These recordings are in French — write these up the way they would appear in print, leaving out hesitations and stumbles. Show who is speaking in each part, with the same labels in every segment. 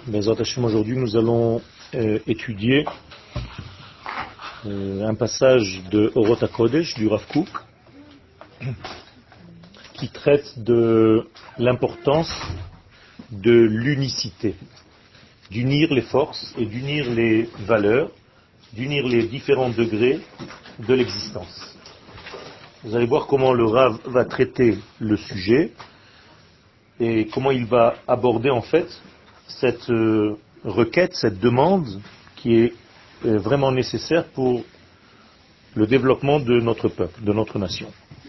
Speaker 1: Bezrat Hashem, aujourd'hui nous allons étudier un passage de Orot HaKodesh du Rav Kook qui traite de l'importance de l'unicité, d'unir les forces et d'unir les valeurs, d'unir les différents degrés de l'existence. Vous allez voir comment le Rav va traiter le sujet et comment il va aborder en fait cette requête, cette demande qui est vraiment nécessaire pour le développement de notre peuple, de notre nation.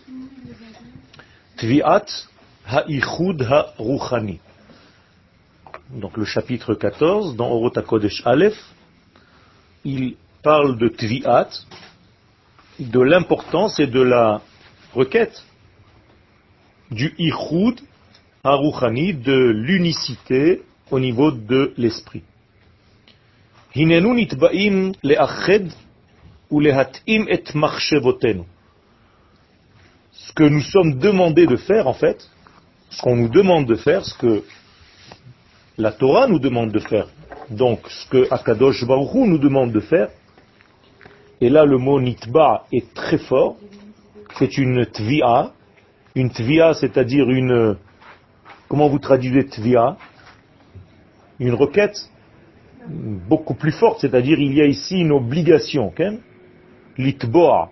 Speaker 1: Tvi'at ha'ichud ha'ruchani. Donc le chapitre 14, dans Orot HaKodesh Aleph, il parle de Tvi'at, de l'importance et de la requête du ichud ha'ruchani, de l'unicité au niveau de l'esprit. Hinenu nitba'im le'ached ou le'hat'im et machshevotenu. Ce que nous sommes demandés de faire, en fait, ce qu'on nous demande de faire, ce que la Torah nous demande de faire, donc ce que Akadosh Baruch Hu nous demande de faire, et là le mot nitba est très fort, c'est une tvi'a, c'est-à-dire une, comment vous traduisez tvi'a? Une requête beaucoup plus forte, c'est-à-dire il y a ici une obligation, okay? Litboa,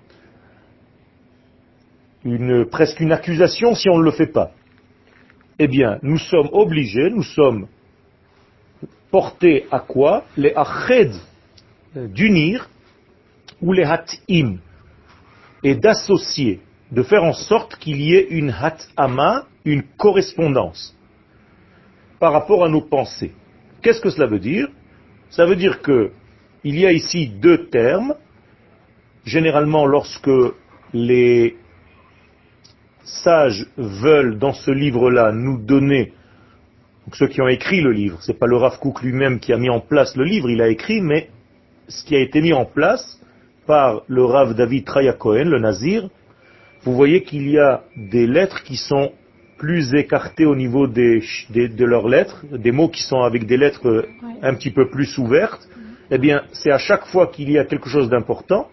Speaker 1: presque une accusation si on ne le fait pas. Eh bien, nous sommes obligés, nous sommes portés à quoi? Les ached, d'unir, ou les hat'im, et d'associer, de faire en sorte qu'il y ait une hat'ama, une correspondance par rapport à nos pensées. Qu'est-ce que cela veut dire? Ça veut dire que il y a ici deux termes. Généralement, lorsque les sages veulent dans ce livre-là nous donner, donc ceux qui ont écrit le livre, c'est pas le Rav Kook lui-même qui a mis en place le livre, il a écrit, mais ce qui a été mis en place par le Rav David Traya Cohen, le Nazir, vous voyez qu'il y a des lettres qui sont plus écartées au niveau de leurs lettres, des mots qui sont avec des lettres un petit peu plus ouvertes. Eh bien, c'est à chaque fois qu'il y a quelque chose d'important,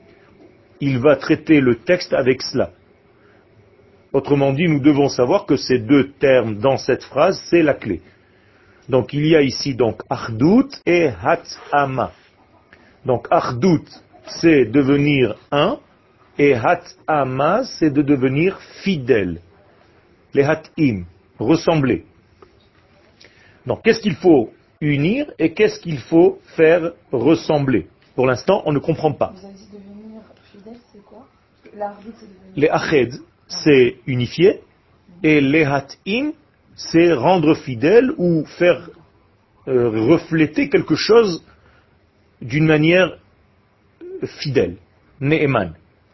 Speaker 1: il va traiter le texte avec cela. Autrement dit, nous devons savoir que ces deux termes dans cette phrase, c'est la clé. Donc il y a ici donc Achdut et Hat'ama. Donc Achdut, c'est devenir un, et Hat'ama, c'est de devenir fidèle. Les Hat'im, ressembler. Donc qu'est-ce qu'il faut unir et qu'est-ce qu'il faut faire ressembler? Pour l'instant, on ne comprend pas.
Speaker 2: Vous avez dit devenir fidèle, c'est quoi? L'Ached, c'est devenir...
Speaker 1: Les Ached, c'est unifier, et les Hat'im, c'est rendre fidèle ou faire refléter quelque chose d'une manière fidèle. Ne'eman.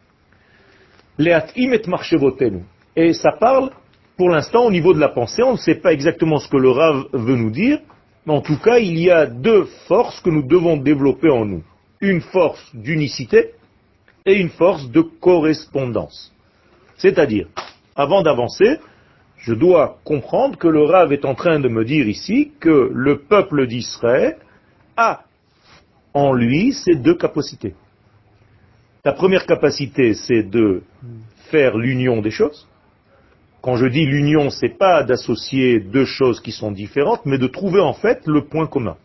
Speaker 1: Les Hat'im et machshevotenu. Et ça parle, pour l'instant, au niveau de la pensée, on ne sait pas exactement ce que le Rav veut nous dire, mais en tout cas, il y a deux forces que nous devons développer en nous. Une force d'unicité et une force de correspondance. C'est-à-dire, avant d'avancer, je dois comprendre que le Rav est en train de me dire ici que le peuple d'Israël a en lui ces deux capacités. La première capacité, c'est de faire l'union des choses. Quand je dis l'union, c'est pas d'associer deux choses qui sont différentes, mais de trouver en fait le point commun.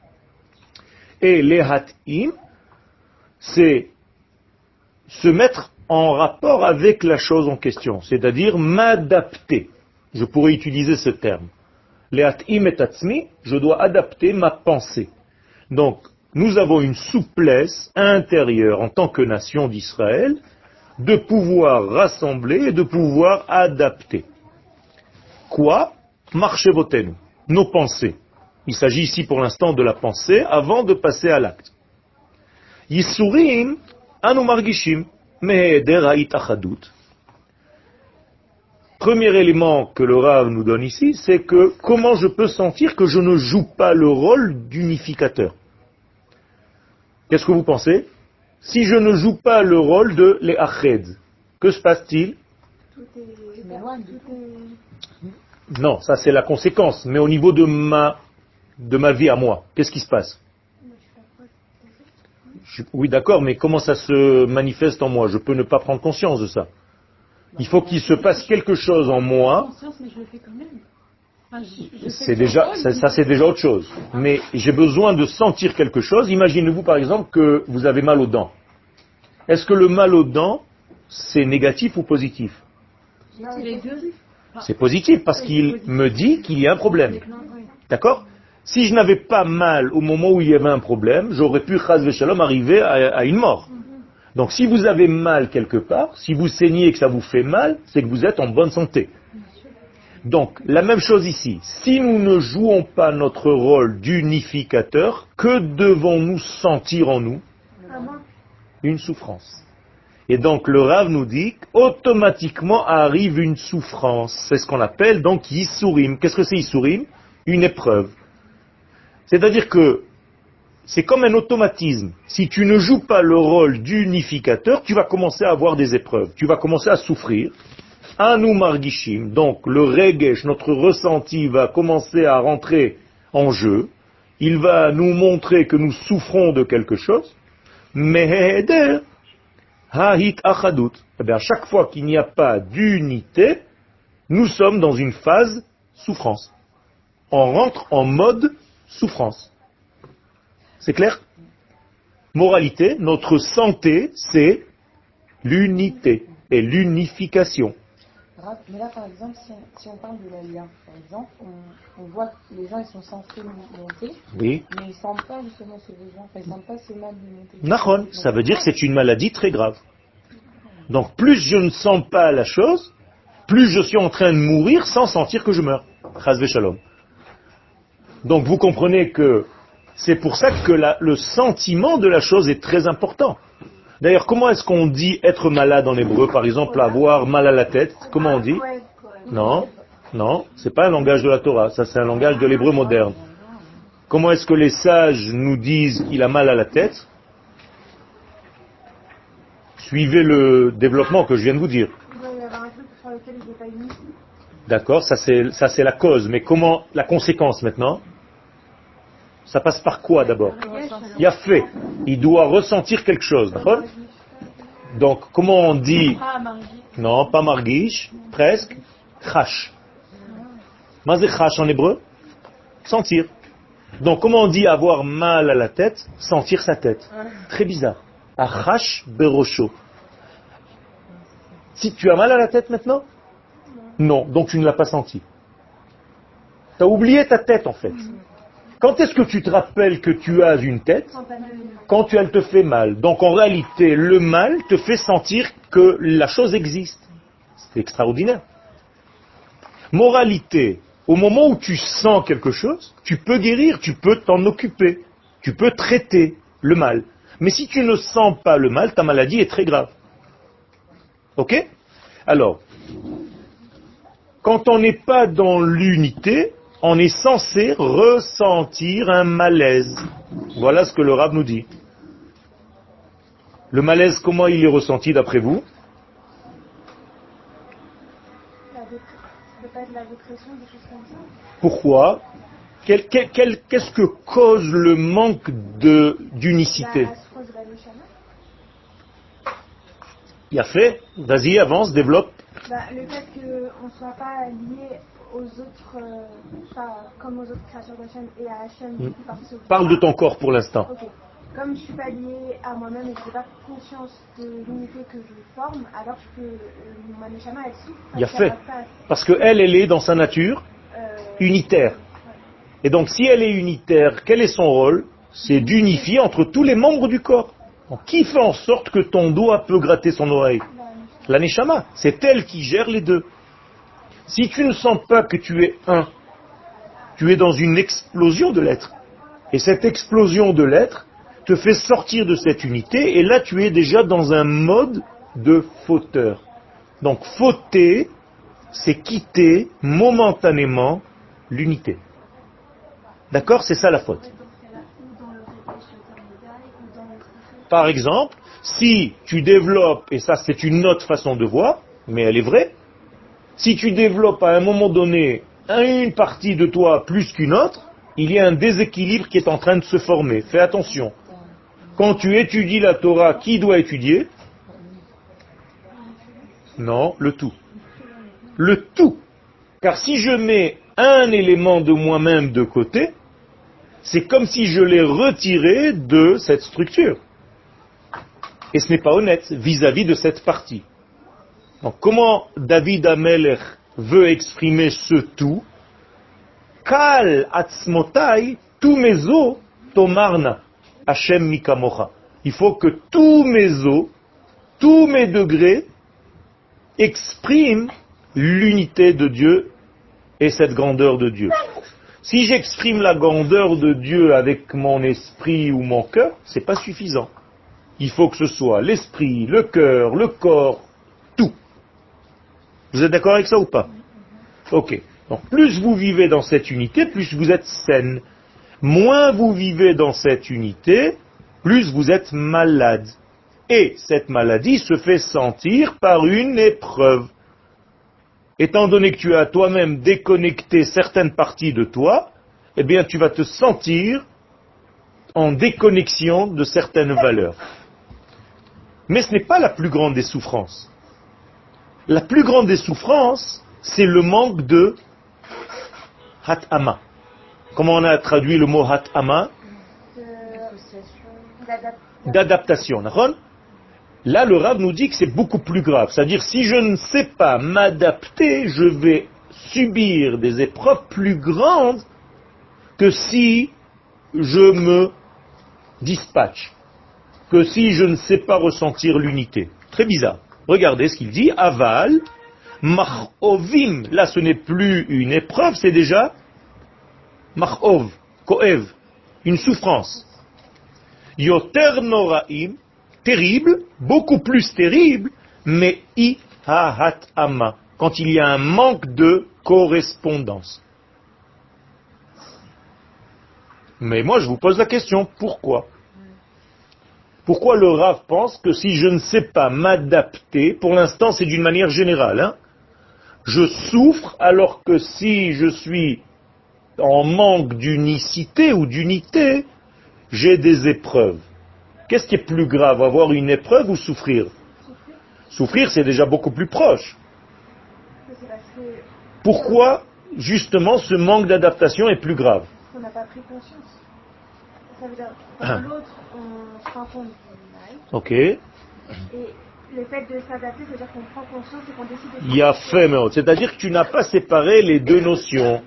Speaker 1: Et les hat'im, c'est se mettre en rapport avec la chose en question, c'est-à-dire m'adapter. Je pourrais utiliser ce terme. Les hat'im et atzmi, je dois adapter ma pensée. Donc, nous avons une souplesse intérieure en tant que nation d'Israël de pouvoir rassembler et de pouvoir adapter. Quoi? Machshevotenu, nos pensées. Il s'agit ici pour l'instant de la pensée avant de passer à l'acte. Yisurim anu margishim meheder ha'it achadut. Premier élément que le Rav nous donne ici, c'est que comment je peux sentir que je ne joue pas le rôle d'unificateur? Qu'est-ce que vous pensez? Si je ne joue pas le rôle de l'Ached, que se passe-t-il? Non, ça c'est la conséquence. Mais au niveau de ma de ma vie à moi, qu'est-ce qui se passe? Oui, d'accord, mais comment ça se manifeste en moi? Je peux ne pas prendre conscience de ça. Il faut qu'il se passe quelque chose en moi. C'est déjà, ça c'est déjà autre chose. Mais j'ai besoin de sentir quelque chose. Imaginez-vous par exemple que vous avez mal aux dents. Est-ce que le mal aux dents, c'est négatif ou positif? C'est positif parce qu'il me dit qu'il y a un problème. D'accord? Si je n'avais pas mal au moment où il y avait un problème, j'aurais pu, chas v'shalom, arriver à une mort. Donc si vous avez mal quelque part, si vous saignez et que ça vous fait mal, c'est que vous êtes en bonne santé. Donc la même chose ici. Si nous ne jouons pas notre rôle d'unificateur, que devons-nous sentir en nous? Une souffrance. Et donc le Rav nous dit qu'automatiquement arrive une souffrance. C'est ce qu'on appelle donc Yisurim. Qu'est-ce que c'est Yisurim? Une épreuve. C'est-à-dire que c'est comme un automatisme. Si tu ne joues pas le rôle d'unificateur, tu vas commencer à avoir des épreuves. Tu vas commencer à souffrir. Anu margishim. Donc le regesh, notre ressenti, va commencer à rentrer en jeu. Il va nous montrer que nous souffrons de quelque chose. Meheder ha'it achadut. Eh bien, à chaque fois qu'il n'y a pas d'unité, nous sommes dans une phase souffrance. On rentre en mode souffrance. C'est clair? Moralité, notre santé, c'est l'unité et l'unification.
Speaker 2: Mais là, par exemple, si on parle de la lien, par exemple, on voit que les gens ils sont censés monter,
Speaker 1: oui,
Speaker 2: mais ils ne sentent pas justement ce besoin, enfin, ils ne sentent pas ce mal de monter.
Speaker 1: Nahon, ça veut dire que c'est une maladie très grave. Donc plus je ne sens pas la chose, plus je suis en train de mourir sans sentir que je meurs. Chas v'shalom. Donc vous comprenez que c'est pour ça que le sentiment de la chose est très important. D'ailleurs, comment est-ce qu'on dit être malade en hébreu? Par exemple, avoir mal à la tête. Comment on dit? Non, non, c'est pas un langage de la Torah, ça c'est un langage de l'hébreu moderne. Comment est-ce que les sages nous disent qu'il a mal à la tête? Suivez le développement que je viens de vous dire. D'accord, ça c'est la cause, mais comment la conséquence maintenant? Ça passe par quoi d'abord? Il y a fait. Il doit ressentir quelque chose. D'accord? Donc, comment on dit? Non, pas margish, presque. Chash. Mazé chash en hébreu? Sentir. Donc, comment on dit avoir mal à la tête? Sentir sa tête. Très bizarre. Achash berosho. Si tu as mal à la tête maintenant? Non, donc tu ne l'as pas senti. Tu as oublié ta tête en fait. Quand est-ce que tu te rappelles que tu as une tête? Quand elle te fait mal. Donc en réalité, le mal te fait sentir que la chose existe. C'est extraordinaire. Moralité, au moment où tu sens quelque chose, tu peux guérir, tu peux t'en occuper, tu peux traiter le mal. Mais si tu ne sens pas le mal, ta maladie est très grave. Ok? Alors, quand on n'est pas dans l'unité, on est censé ressentir un malaise. Voilà ce que le Rav nous dit. Le malaise, comment il est ressenti d'après vous? La dépression, des choses comme ça. Pourquoi? Qu'est-ce que cause le manque d'unicité? Il a fait. Vas-y, avance, développe.
Speaker 3: Le fait qu'on ne soit pas lié aux autres, comme aux autres créatures d'Hachem et à Hachem.
Speaker 1: Parle de ton corps pour l'instant.
Speaker 3: Okay. Comme je ne suis pas liée à moi-même et que je n'ai pas conscience de l'unité que je forme, alors que ma neshama, elle souffre.
Speaker 1: Il a fait. Parce qu'elle est dans sa nature unitaire. Ouais. Et donc si elle est unitaire, quel est son rôle? C'est d'unifier entre tous les membres du corps. Donc, qui fait en sorte que ton doigt peut gratter son oreille? La neshama. C'est elle qui gère les deux. Si tu ne sens pas que tu es un, tu es dans une explosion de l'être. Et cette explosion de l'être te fait sortir de cette unité, et là tu es déjà dans un mode de fauteur. Donc fauter, c'est quitter momentanément l'unité. D'accord? C'est ça la faute. Par exemple, si tu développes, et ça c'est une autre façon de voir, mais elle est vraie, si tu développes à un moment donné une partie de toi plus qu'une autre, il y a un déséquilibre qui est en train de se former. Fais attention. Quand tu étudies la Torah, qui doit étudier? Non, le tout. Le tout. Car si je mets un élément de moi-même de côté, c'est comme si je l'ai retiré de cette structure. Et ce n'est pas honnête vis-à-vis de cette partie. Donc comment David Amelech veut exprimer ce tout? Kal atzmotai tous mes os tomarna Hashem mikamocha. Il faut que tous mes os, tous mes degrés expriment l'unité de Dieu et cette grandeur de Dieu. Si j'exprime la grandeur de Dieu avec mon esprit ou mon cœur, c'est pas suffisant. Il faut que ce soit l'esprit, le cœur, le corps, tout. Vous êtes d'accord avec ça ou pas? Ok. Donc plus vous vivez dans cette unité, plus vous êtes saine. Moins vous vivez dans cette unité, plus vous êtes malade. Et cette maladie se fait sentir par une épreuve. Étant donné que tu as toi-même déconnecté certaines parties de toi, eh bien tu vas te sentir en déconnexion de certaines valeurs. Mais ce n'est pas la plus grande des souffrances. La plus grande des souffrances, c'est le manque de hat'ama. Comment on a traduit le mot hat'ama? D'adaptation. Là, le Rav nous dit que c'est beaucoup plus grave. C'est-à-dire, si je ne sais pas m'adapter, je vais subir des épreuves plus grandes que si je me dispatche, que si je ne sais pas ressentir l'unité. Très bizarre. Regardez ce qu'il dit. Aval, machovim. Là, ce n'est plus une épreuve, c'est déjà machov, koev, une souffrance. Yoter noraim, terrible, beaucoup plus terrible, mais i ha ama, quand il y a un manque de correspondance. Mais moi, je vous pose la question, pourquoi? Pourquoi le Rav pense que si je ne sais pas m'adapter, pour l'instant c'est d'une manière générale, je souffre alors que si je suis en manque d'unicité ou d'unité, j'ai des épreuves. Qu'est-ce qui est plus grave, avoir une épreuve ou souffrir? Souffrir, c'est déjà beaucoup plus proche. Pourquoi, justement, ce manque d'adaptation est plus grave?
Speaker 3: On n'a pas pris conscience. Ça veut dire, quand l'autre, on se rend compte du mal.
Speaker 1: Ok.
Speaker 3: Et le fait de s'adapter, c'est-à-dire qu'on prend conscience et qu'on décide de...
Speaker 1: Il y a fait, c'est-à-dire que tu n'as pas séparé les deux notions.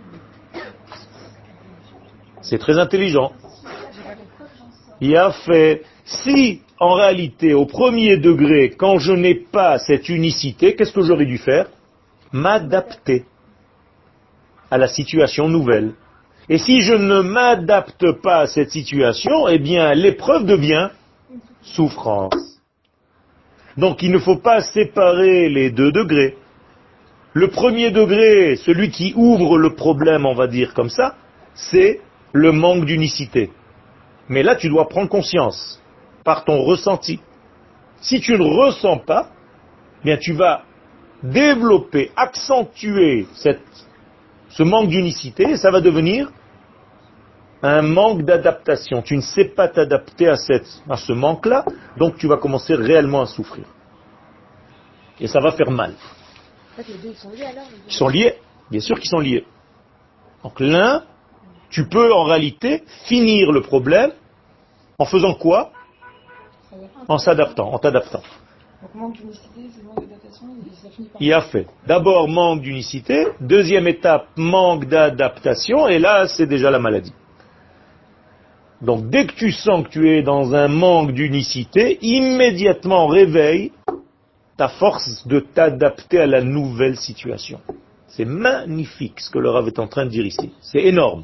Speaker 1: C'est très intelligent. Il a fait, si en réalité, au premier degré, quand je n'ai pas cette unicité, qu'est-ce que j'aurais dû faire? M'adapter à la situation nouvelle. Et si je ne m'adapte pas à cette situation, eh bien l'épreuve devient souffrance. Donc il ne faut pas séparer les deux degrés. Le premier degré, celui qui ouvre le problème, on va dire comme ça, c'est le manque d'unicité. Mais là, tu dois prendre conscience par ton ressenti. Si tu ne ressens pas, eh bien tu vas développer, accentuer ce manque d'unicité, et ça va devenir un manque d'adaptation. Tu ne sais pas t'adapter à ce manque-là, donc tu vas commencer réellement à souffrir. Et ça va faire mal.
Speaker 2: En fait, les deux, ils sont liés alors?
Speaker 1: Ils sont liés, bien sûr qu'ils sont liés. Donc l'un, tu peux en réalité finir le problème en faisant quoi? En s'adaptant, en t'adaptant.
Speaker 2: Donc manque d'unicité, c'est manque d'adaptation, et ça finit par...
Speaker 1: Il a fait. D'abord manque d'unicité, deuxième étape manque d'adaptation, et là c'est déjà la maladie. Donc dès que tu sens que tu es dans un manque d'unicité, immédiatement réveille ta force de t'adapter à la nouvelle situation. C'est magnifique ce que le Rav est en train de dire ici. C'est énorme.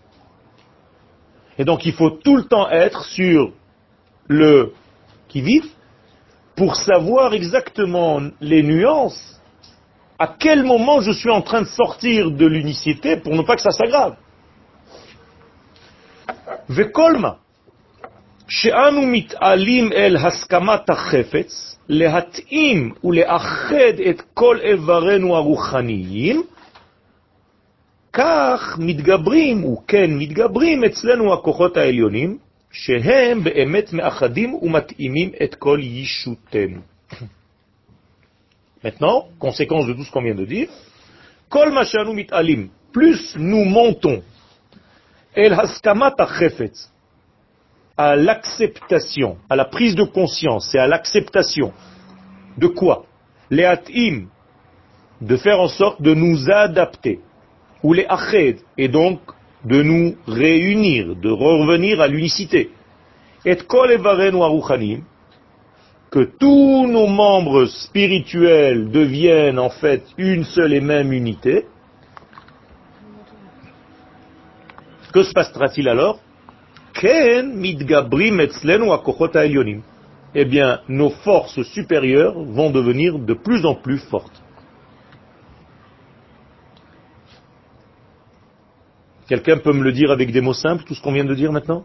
Speaker 1: Et donc il faut tout le temps être sur le qui-vive pour savoir exactement les nuances, à quel moment je suis en train de sortir de l'unicité pour ne pas que ça s'aggrave. Vekolma, she'anu mit'alim el haskamat hachefetz, lehat'im ule'ached et kol evarenu aruchaniyim, כך מתגברים, וכן מתגברים אצלנו הכוחות העליונים, שהם באמת מאחדים ומתאימים את כל ישותנו. Maintenant, conséquence de tout ce qu'on vient de dire, כל מה שאנו מתעלים, plus nous montons, אל הסכמת החפץ, à l'acceptation, à la prise de conscience et à l'acceptation. De quoi? Les at'im, de faire en sorte de nous adapter, ou les ached, et donc de nous réunir, de revenir à l'unicité. Et kol evarenu aruchanim, que tous nos membres spirituels deviennent en fait une seule et même unité. Que se passera-t-il alors? Ken mitgabrim etzlenu hakochot ha'elyonim. Eh bien, nos forces supérieures vont devenir de plus en plus fortes. Quelqu'un peut me le dire avec des mots simples, tout ce qu'on vient de dire maintenant?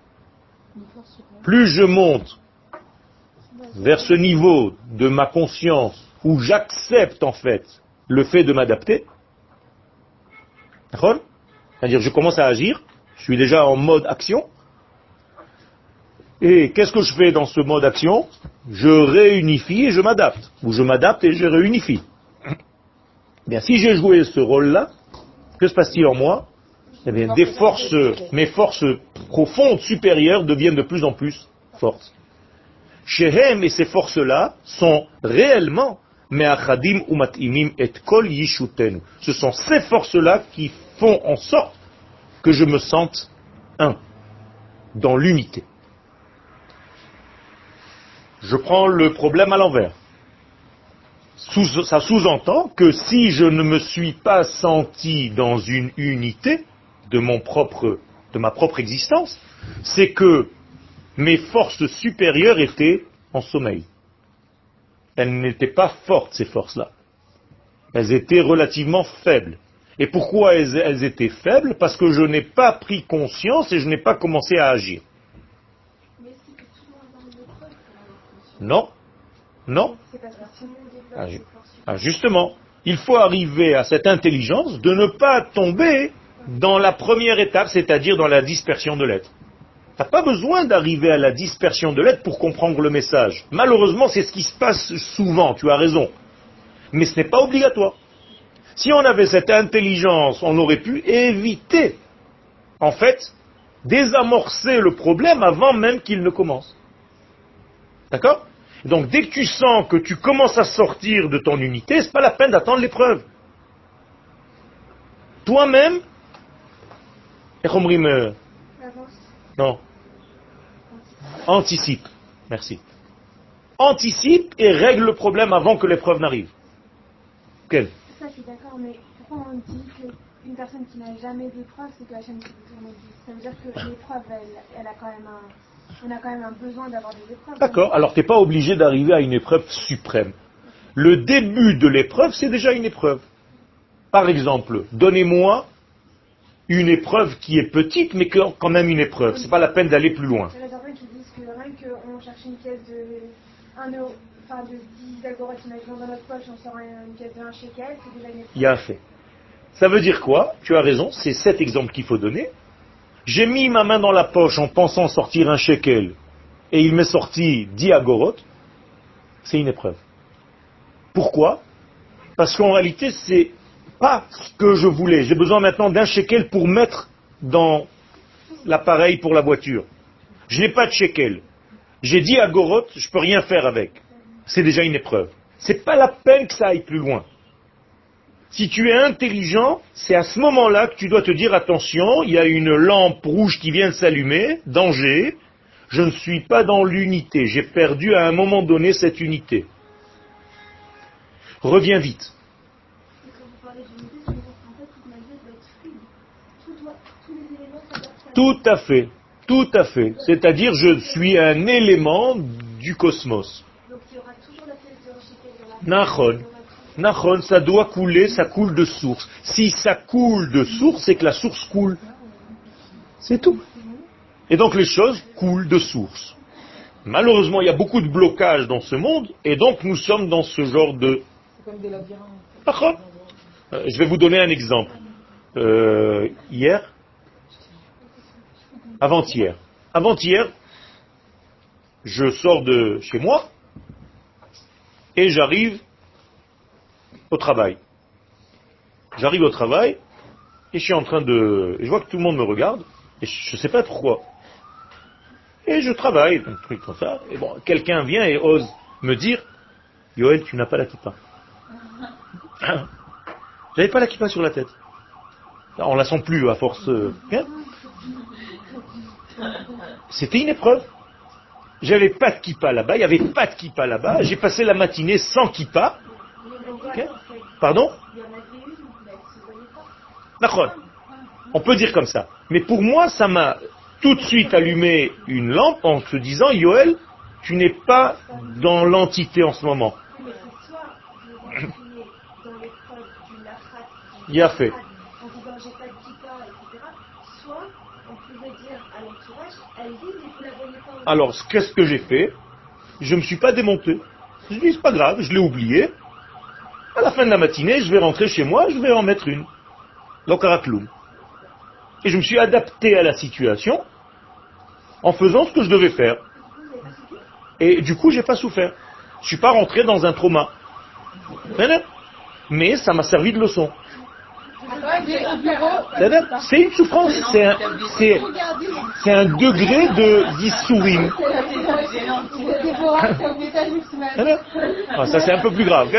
Speaker 1: Plus je monte vers ce niveau de ma conscience où j'accepte en fait le fait de m'adapter, c'est-à-dire je commence à agir, je suis déjà en mode action, et qu'est-ce que je fais dans ce mode action? Je réunifie et je m'adapte, ou je m'adapte et je réunifie. Bien, si j'ai joué ce rôle-là, que se passe-t-il en moi? Eh bien, mes forces profondes, supérieures, deviennent de plus en plus fortes. Shehem et ces forces-là sont réellement me'achadim umat'imim et kol yishutenu. Ce sont ces forces-là qui font en sorte que je me sente un, dans l'unité. Je prends le problème à l'envers. Ça sous-entend que si je ne me suis pas senti dans une unité de ma propre existence, c'est que mes forces supérieures étaient en sommeil. Elles n'étaient pas fortes, ces forces-là. Elles étaient relativement faibles. Et pourquoi elles étaient faibles? Parce que je n'ai pas pris conscience et je n'ai pas commencé à agir.
Speaker 3: Mais est-ce qu'il peut toujours avoir une épreuve pour avoir conscience?
Speaker 1: Non, non.
Speaker 3: C'est parce que sinon on développe ses forces supérieures.
Speaker 1: Justement, il faut arriver à cette intelligence de ne pas tomber dans la première étape, c'est-à-dire dans la dispersion de l'être. Tu n'as pas besoin d'arriver à la dispersion de l'être pour comprendre le message. Malheureusement, c'est ce qui se passe souvent, tu as raison. Mais ce n'est pas obligatoire. Si on avait cette intelligence, on aurait pu éviter, en fait, désamorcer le problème avant même qu'il ne commence. D'accord? Donc dès que tu sens que tu commences à sortir de ton unité, c'est pas la peine d'attendre l'épreuve. Toi-même, non, anticipe. Merci. Anticipe et règle le problème avant que l'épreuve n'arrive. Quel?
Speaker 3: Ça, je suis d'accord, mais pourquoi on dit qu'une personne qui n'a jamais d'épreuve, c'est que la chaîne existe? Ça veut dire que l'épreuve, elle a quand même on a quand même un besoin d'avoir des épreuves.
Speaker 1: D'accord, alors tu n'es pas obligé d'arriver à une épreuve suprême. Le début de l'épreuve, c'est déjà une épreuve. Par exemple, donnez-moi une épreuve qui est petite, mais quand même une épreuve. C'est pas la peine d'aller plus loin.
Speaker 3: Il y a certains qui disent que rien qu'on cherche une pièce de 1 euro, enfin de 10 algorithmes, imaginons dans notre poche, on sort une pièce de 1 shekel, c'est déjà une épreuve.
Speaker 1: Il y a fait. Ça veut dire quoi? Tu as raison, c'est cet exemple qu'il faut donner. J'ai mis ma main dans la poche en pensant sortir un shekel, et il m'est sorti 10 agorotes, c'est une épreuve. Pourquoi? Parce qu'en réalité, c'est pas ce que je voulais. J'ai besoin maintenant d'un shekel pour mettre dans l'appareil pour la voiture. Je n'ai pas de shekel. J'ai 10 agorotes, je peux rien faire avec. C'est déjà une épreuve. C'est pas la peine que ça aille plus loin. Si tu es intelligent, c'est à ce moment-là que tu dois te dire attention, il y a une lampe rouge qui vient de s'allumer, danger, je ne suis pas dans l'unité, j'ai perdu à un moment donné cette unité. Reviens vite.
Speaker 3: Et quand vous parlez d'unité, ça veut dire qu'en fait, toute ma vie doit être fluide. Tous les éléments s'adaptent.
Speaker 1: Tout à fait. C'est-à-dire, je suis un élément du cosmos.
Speaker 3: Donc il y aura toujours la pièce de 1 shekel dans la
Speaker 1: Nachon, ça doit couler, ça coule de source. Si ça coule de source, c'est que la source coule. C'est tout. Et donc les choses coulent de source. Malheureusement, il y a beaucoup de blocages dans ce monde, et donc nous sommes dans ce genre de...
Speaker 2: C'est comme des labyrinthes.
Speaker 1: Je vais vous donner un exemple. hier, avant-hier. Avant-hier, je sors de chez moi et j'arrive au travail. J'arrive au travail et je suis en train de... Je vois que tout le monde me regarde et je ne sais pas pourquoi. Et je travaille, un truc comme ça. Et bon, quelqu'un vient et ose me dire, Yoel, tu n'as pas la kippa. J'avais pas la kippa sur la tête. On la sent plus à force. Hein. C'était une épreuve. J'avais pas de kippa là-bas, il n'y avait pas de kippa là-bas. J'ai passé la matinée sans kippa. Okay. Pardon? D'accord. On peut dire comme ça. Mais pour moi, ça m'a tout de suite allumé une lampe en se disant, Yoel, tu n'es pas dans l'entité en ce moment. Il a fait. Alors, qu'est-ce que j'ai fait? Je ne me suis pas démonté. Je me dis, c'est pas grave, je l'ai oublié. À la fin de la matinée, je vais rentrer chez moi, je vais en mettre une. L'okarakloum. Et je me suis adapté à la situation en faisant ce que je devais faire. Et du coup, j'ai pas souffert. Je suis pas rentré dans un trauma. Mais ça m'a servi de leçon. C'est une souffrance, c'est un degré de d'issourim. Ça c'est un peu plus grave.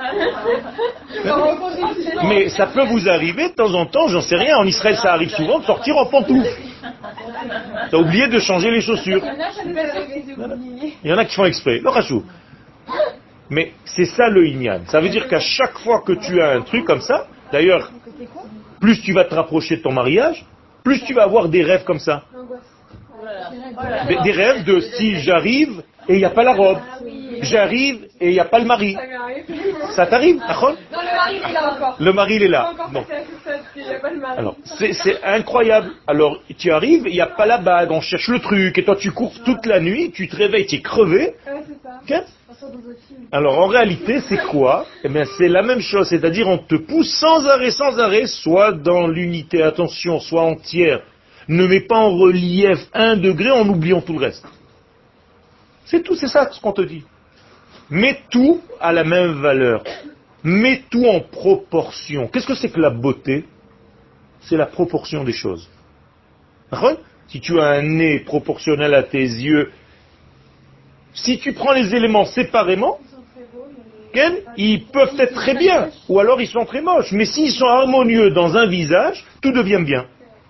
Speaker 1: Mais ça peut vous arriver de temps en temps, j'en sais rien, en Israël ça arrive souvent de sortir en pantoufles. T'as oublié de changer les chaussures. Il y en a qui font exprès. Le rachou. Mais c'est ça le inyan. Ça veut dire qu'à chaque fois que tu as un truc comme ça, d'ailleurs, plus tu vas te rapprocher de ton mariage, plus tu vas avoir des rêves comme ça. Des rêves de si j'arrive et il n'y a pas la robe. J'arrive et il n'y a pas le mari. Ça t'arrive? Non, le mari il est là encore. Le mari il est là. Bon. Alors, c'est incroyable. Alors, tu arrives, il n'y a pas la bague, on cherche le truc, et toi tu cours toute la nuit, tu te réveilles, tu es crevé. Okay? Alors, en réalité, c'est quoi? Eh bien, c'est la même chose, c'est-à-dire on te pousse sans arrêt, soit dans l'unité, attention, soit entière. Ne mets pas en relief 1 degré en oubliant tout le reste. C'est tout, c'est ça ce qu'on te dit. Mets tout à la même valeur. Mets tout en proportion. Qu'est-ce que c'est que la beauté? C'est la proportion des choses. Si tu as un nez proportionnel à tes yeux, si tu prends les éléments séparément, ils peuvent être très bien, ou alors ils sont très moches. Mais s'ils sont harmonieux dans un visage, tout devient bien.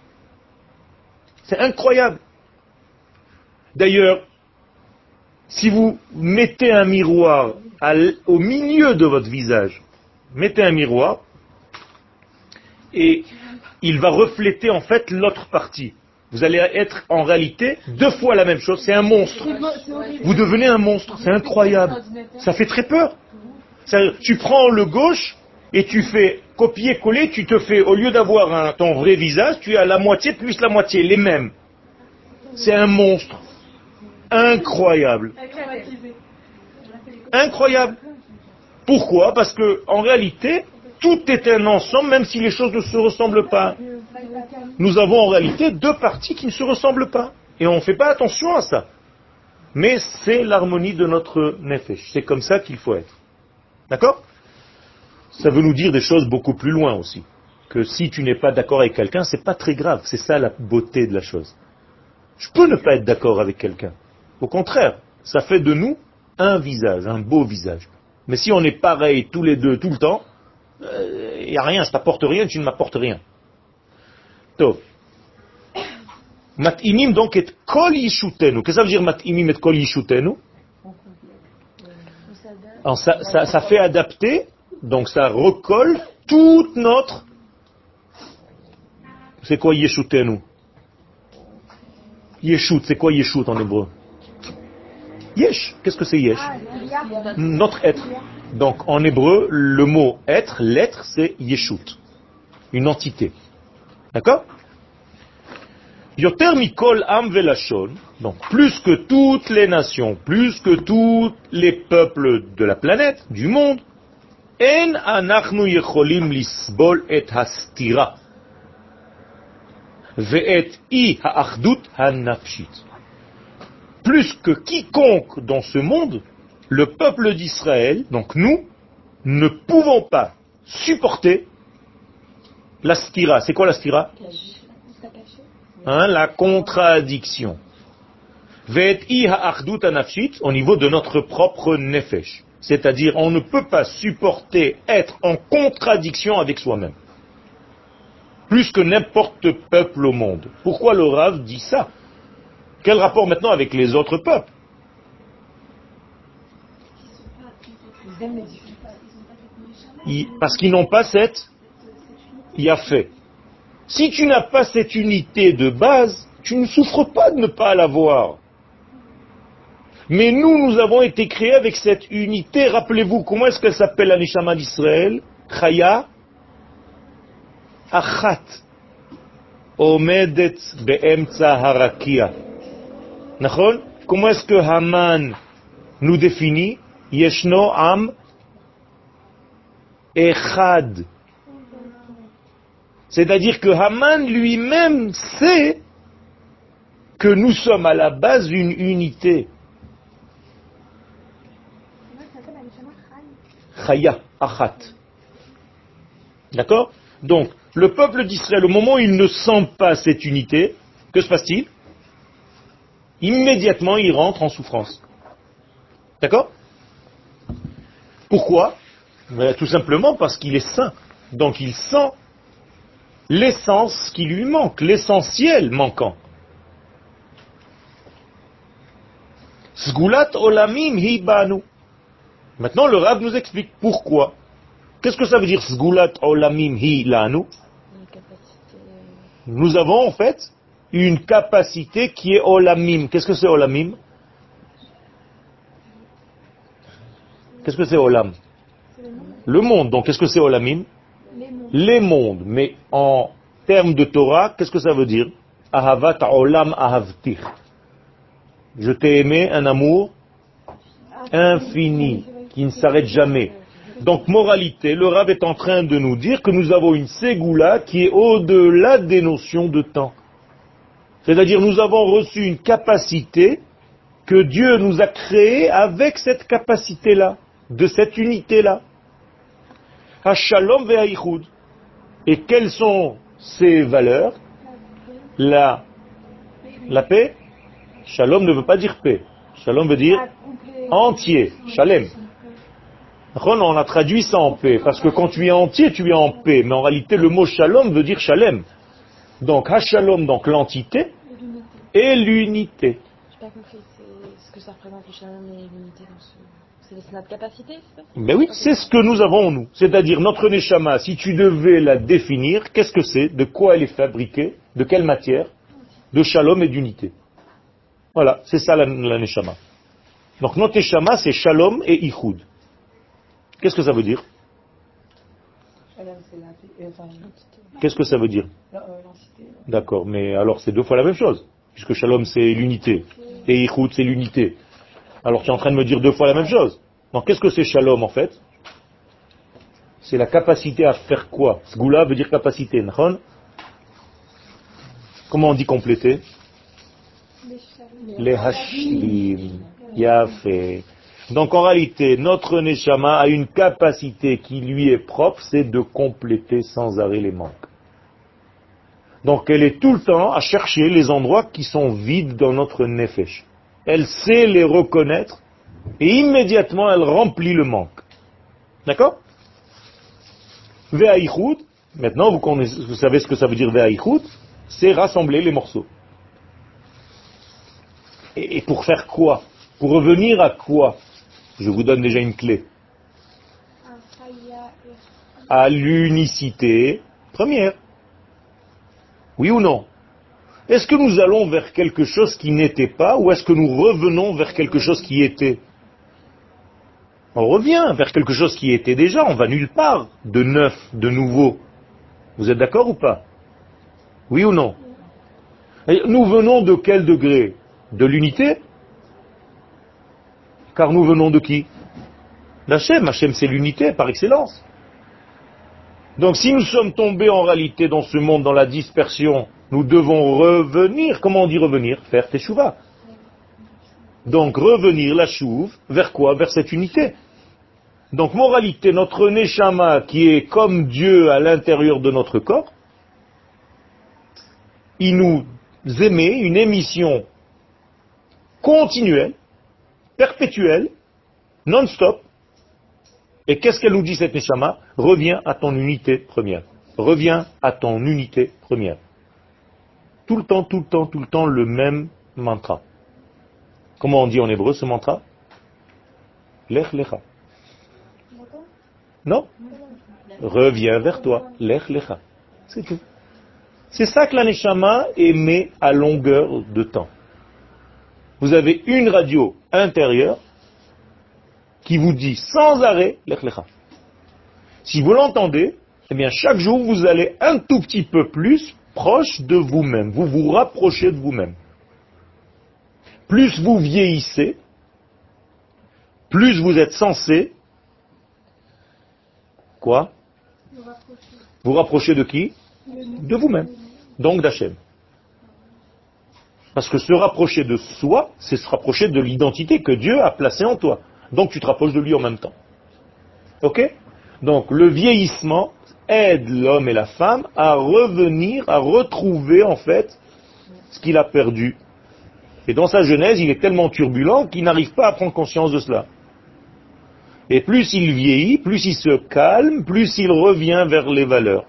Speaker 1: C'est incroyable. D'ailleurs, si vous mettez un miroir au milieu de votre visage, mettez un miroir, et il va refléter en fait l'autre partie. Vous allez être en réalité 2 fois la même chose, c'est un monstre. Vous devenez un monstre, c'est incroyable. Ça fait très peur. Tu prends le gauche et tu fais copier-coller, tu te fais, au lieu d'avoir ton vrai visage, tu as la moitié plus la moitié, les mêmes. C'est un monstre. Incroyable. Incroyable. Pourquoi? Parce que en réalité, tout est un ensemble, même si les choses ne se ressemblent pas. Nous avons en réalité 2 parties qui ne se ressemblent pas. Et on ne fait pas attention à ça. Mais c'est l'harmonie de notre nefesh. C'est comme ça qu'il faut être. D'accord? Ça veut nous dire des choses beaucoup plus loin aussi. Que si tu n'es pas d'accord avec quelqu'un, c'est pas très grave. C'est ça la beauté de la chose. Je peux ne pas être d'accord avec quelqu'un. Au contraire, ça fait de nous un visage, un beau visage. Mais si on est pareil tous les deux, tout le temps, il n'y a rien, ça t'apporte rien, tu ne m'apportes rien. Tov. Mat'imim donc et kol yishutenu. Qu'est-ce que ça veut dire mat'imim et kol yishutenu? Ça fait adapter, donc ça recolle toute notre... C'est quoi yeshutenu? Yeshut, c'est quoi yeshut en hébreu? Yesh, qu'est-ce que c'est yesh? Notre être. Donc en hébreu, le mot être, l'être, c'est yeshut. Une entité. D'accord? Yoter mikol am velashon, donc plus que toutes les nations, plus que tous les peuples de la planète, du monde, en anachnu yecholim lisbol et hastira. Ve'et I ha'achdut ha'nafshit. Plus que quiconque dans ce monde, le peuple d'Israël, donc nous, ne pouvons pas supporter la stira. C'est quoi la stira? La contradiction. Ve'et I ha'achdut ha'nafshit, au niveau de notre propre nefesh. C'est-à-dire, on ne peut pas supporter être en contradiction avec soi-même. Plus que n'importe peuple au monde. Pourquoi le Rav dit ça? Quel rapport maintenant avec les autres peuples? Parce qu'ils n'ont pas cette yafé. Si tu n'as pas cette unité de base, tu ne souffres pas de ne pas l'avoir. Mais nous avons été créés avec cette unité. Rappelez-vous, comment est-ce qu'elle s'appelle la Neshama d'Israël? Chaya Achat. Omedet be'emtza harakia. Nachon? Comment est-ce que Haman nous définit? Yeshno am echad. C'est-à-dire que Haman lui-même sait que nous sommes à la base une unité. Chaya, achat. D'accord? Donc, le peuple d'Israël, au moment où il ne sent pas cette unité, que se passe-t-il? Immédiatement, il rentre en souffrance. D'accord? Pourquoi? Tout simplement parce qu'il est saint. Donc, il sent l'essence qui lui manque, l'essentiel manquant. Sgulat olamim hi banu. Maintenant, le Rav nous explique pourquoi. Qu'est-ce que ça veut dire Sgulat olamim hi lanu? Nous avons en fait une capacité qui est olamim. Qu'est-ce que c'est olamim? Qu'est-ce que c'est olam? Le monde. Donc qu'est-ce que c'est olamim? Les mondes. Mais en termes de Torah, qu'est-ce que ça veut dire? Ahavat olam ahavtir. Je t'ai aimé un amour infini, qui ne s'arrête jamais. Donc, moralité, le Rav est en train de nous dire que nous avons une ségoula qui est au-delà des notions de temps. C'est-à-dire, nous avons reçu une capacité que Dieu nous a créée avec cette capacité-là, de cette unité-là. Ha-shalom ve'ha-yichud. Et quelles sont ces valeurs? La paix. Shalom ne veut pas dire paix. Shalom veut dire entier. Shalem. On a traduit ça en paix, parce que quand tu es entier, tu es en paix. Mais en réalité, le mot shalom veut dire shalem. Donc, ha-shalom, donc l'entité, et l'unité.
Speaker 2: J'ai pas compris, c'est ce que ça représente le shalom et l'unité dans ce... C'est notre capacité, c'est ça?
Speaker 1: Mais oui, c'est ce que nous avons en nous. C'est-à-dire, notre neshama, si tu devais la définir, qu'est-ce que c'est? De quoi elle est fabriquée? De quelle matière? De shalom et d'unité. Voilà, c'est ça la neshama. Donc, notre neshama, c'est shalom et ichud. Qu'est-ce que ça veut dire? Qu'est-ce que ça veut dire? D'accord, mais alors c'est deux fois la même chose, puisque shalom c'est l'unité, et ichud c'est l'unité. Alors tu es en train de me dire deux fois la même chose. Donc qu'est-ce que c'est shalom en fait? C'est la capacité à faire quoi? Sgula veut dire capacité, n'chon? Comment on dit compléter? Les hashlim. Yafé. Donc en réalité, notre neshama a une capacité qui lui est propre, c'est de compléter sans arrêt les manques. Donc elle est tout le temps à chercher les endroits qui sont vides dans notre nefesh. Elle sait les reconnaître et immédiatement elle remplit le manque. D'accord? Ve'aïchoud, maintenant vous savez ce que ça veut dire ve'aïchoud, c'est rassembler les morceaux. Et pour faire quoi? Pour revenir à quoi? Je vous donne déjà une clé. À l'unicité première. Oui ou non? Est-ce que nous allons vers quelque chose qui n'était pas, ou est-ce que nous revenons vers quelque chose qui était? On revient vers quelque chose qui était déjà, on va nulle part de neuf, de nouveau. Vous êtes d'accord ou pas? Oui ou non? Et nous venons de quel degré? De l'unité? Car nous venons de qui? D'Hachem. Hachem c'est l'unité par excellence. Donc si nous sommes tombés en réalité dans ce monde, dans la dispersion, Nous devons revenir. Comment on dit revenir? Faire teshuva. Donc revenir la chouve, vers quoi? Vers cette unité. Donc moralité, notre neshama qui est comme Dieu à l'intérieur de notre corps, il nous émet une émission continuelle, perpétuelle, non-stop. Et qu'est-ce qu'elle nous dit cette neshama? Reviens à ton unité première. Reviens à ton unité première. Tout le temps, tout le temps, tout le temps, le même mantra. Comment on dit en hébreu ce mantra? Lech lecha. Non? Reviens vers toi. Lech lecha. C'est tout. C'est ça que la neshama émet à longueur de temps. Vous avez une radio intérieure qui vous dit sans arrêt Lech lecha. Si vous l'entendez, eh bien chaque jour vous allez un tout petit peu plus proche de vous-même. Vous vous rapprochez de vous-même. Plus vous vieillissez, plus vous êtes censé quoi? Vous rapprocher de qui? De vous-même. Donc d'Hachem. Parce que se rapprocher de soi, c'est se rapprocher de l'identité que Dieu a placée en toi. Donc tu te rapproches de lui en même temps. Ok? Donc le vieillissement aide l'homme et la femme à revenir, à retrouver en fait ce qu'il a perdu. Et dans sa jeunesse, il est tellement turbulent qu'il n'arrive pas à prendre conscience de cela. Et plus il vieillit, plus il se calme, plus il revient vers les valeurs.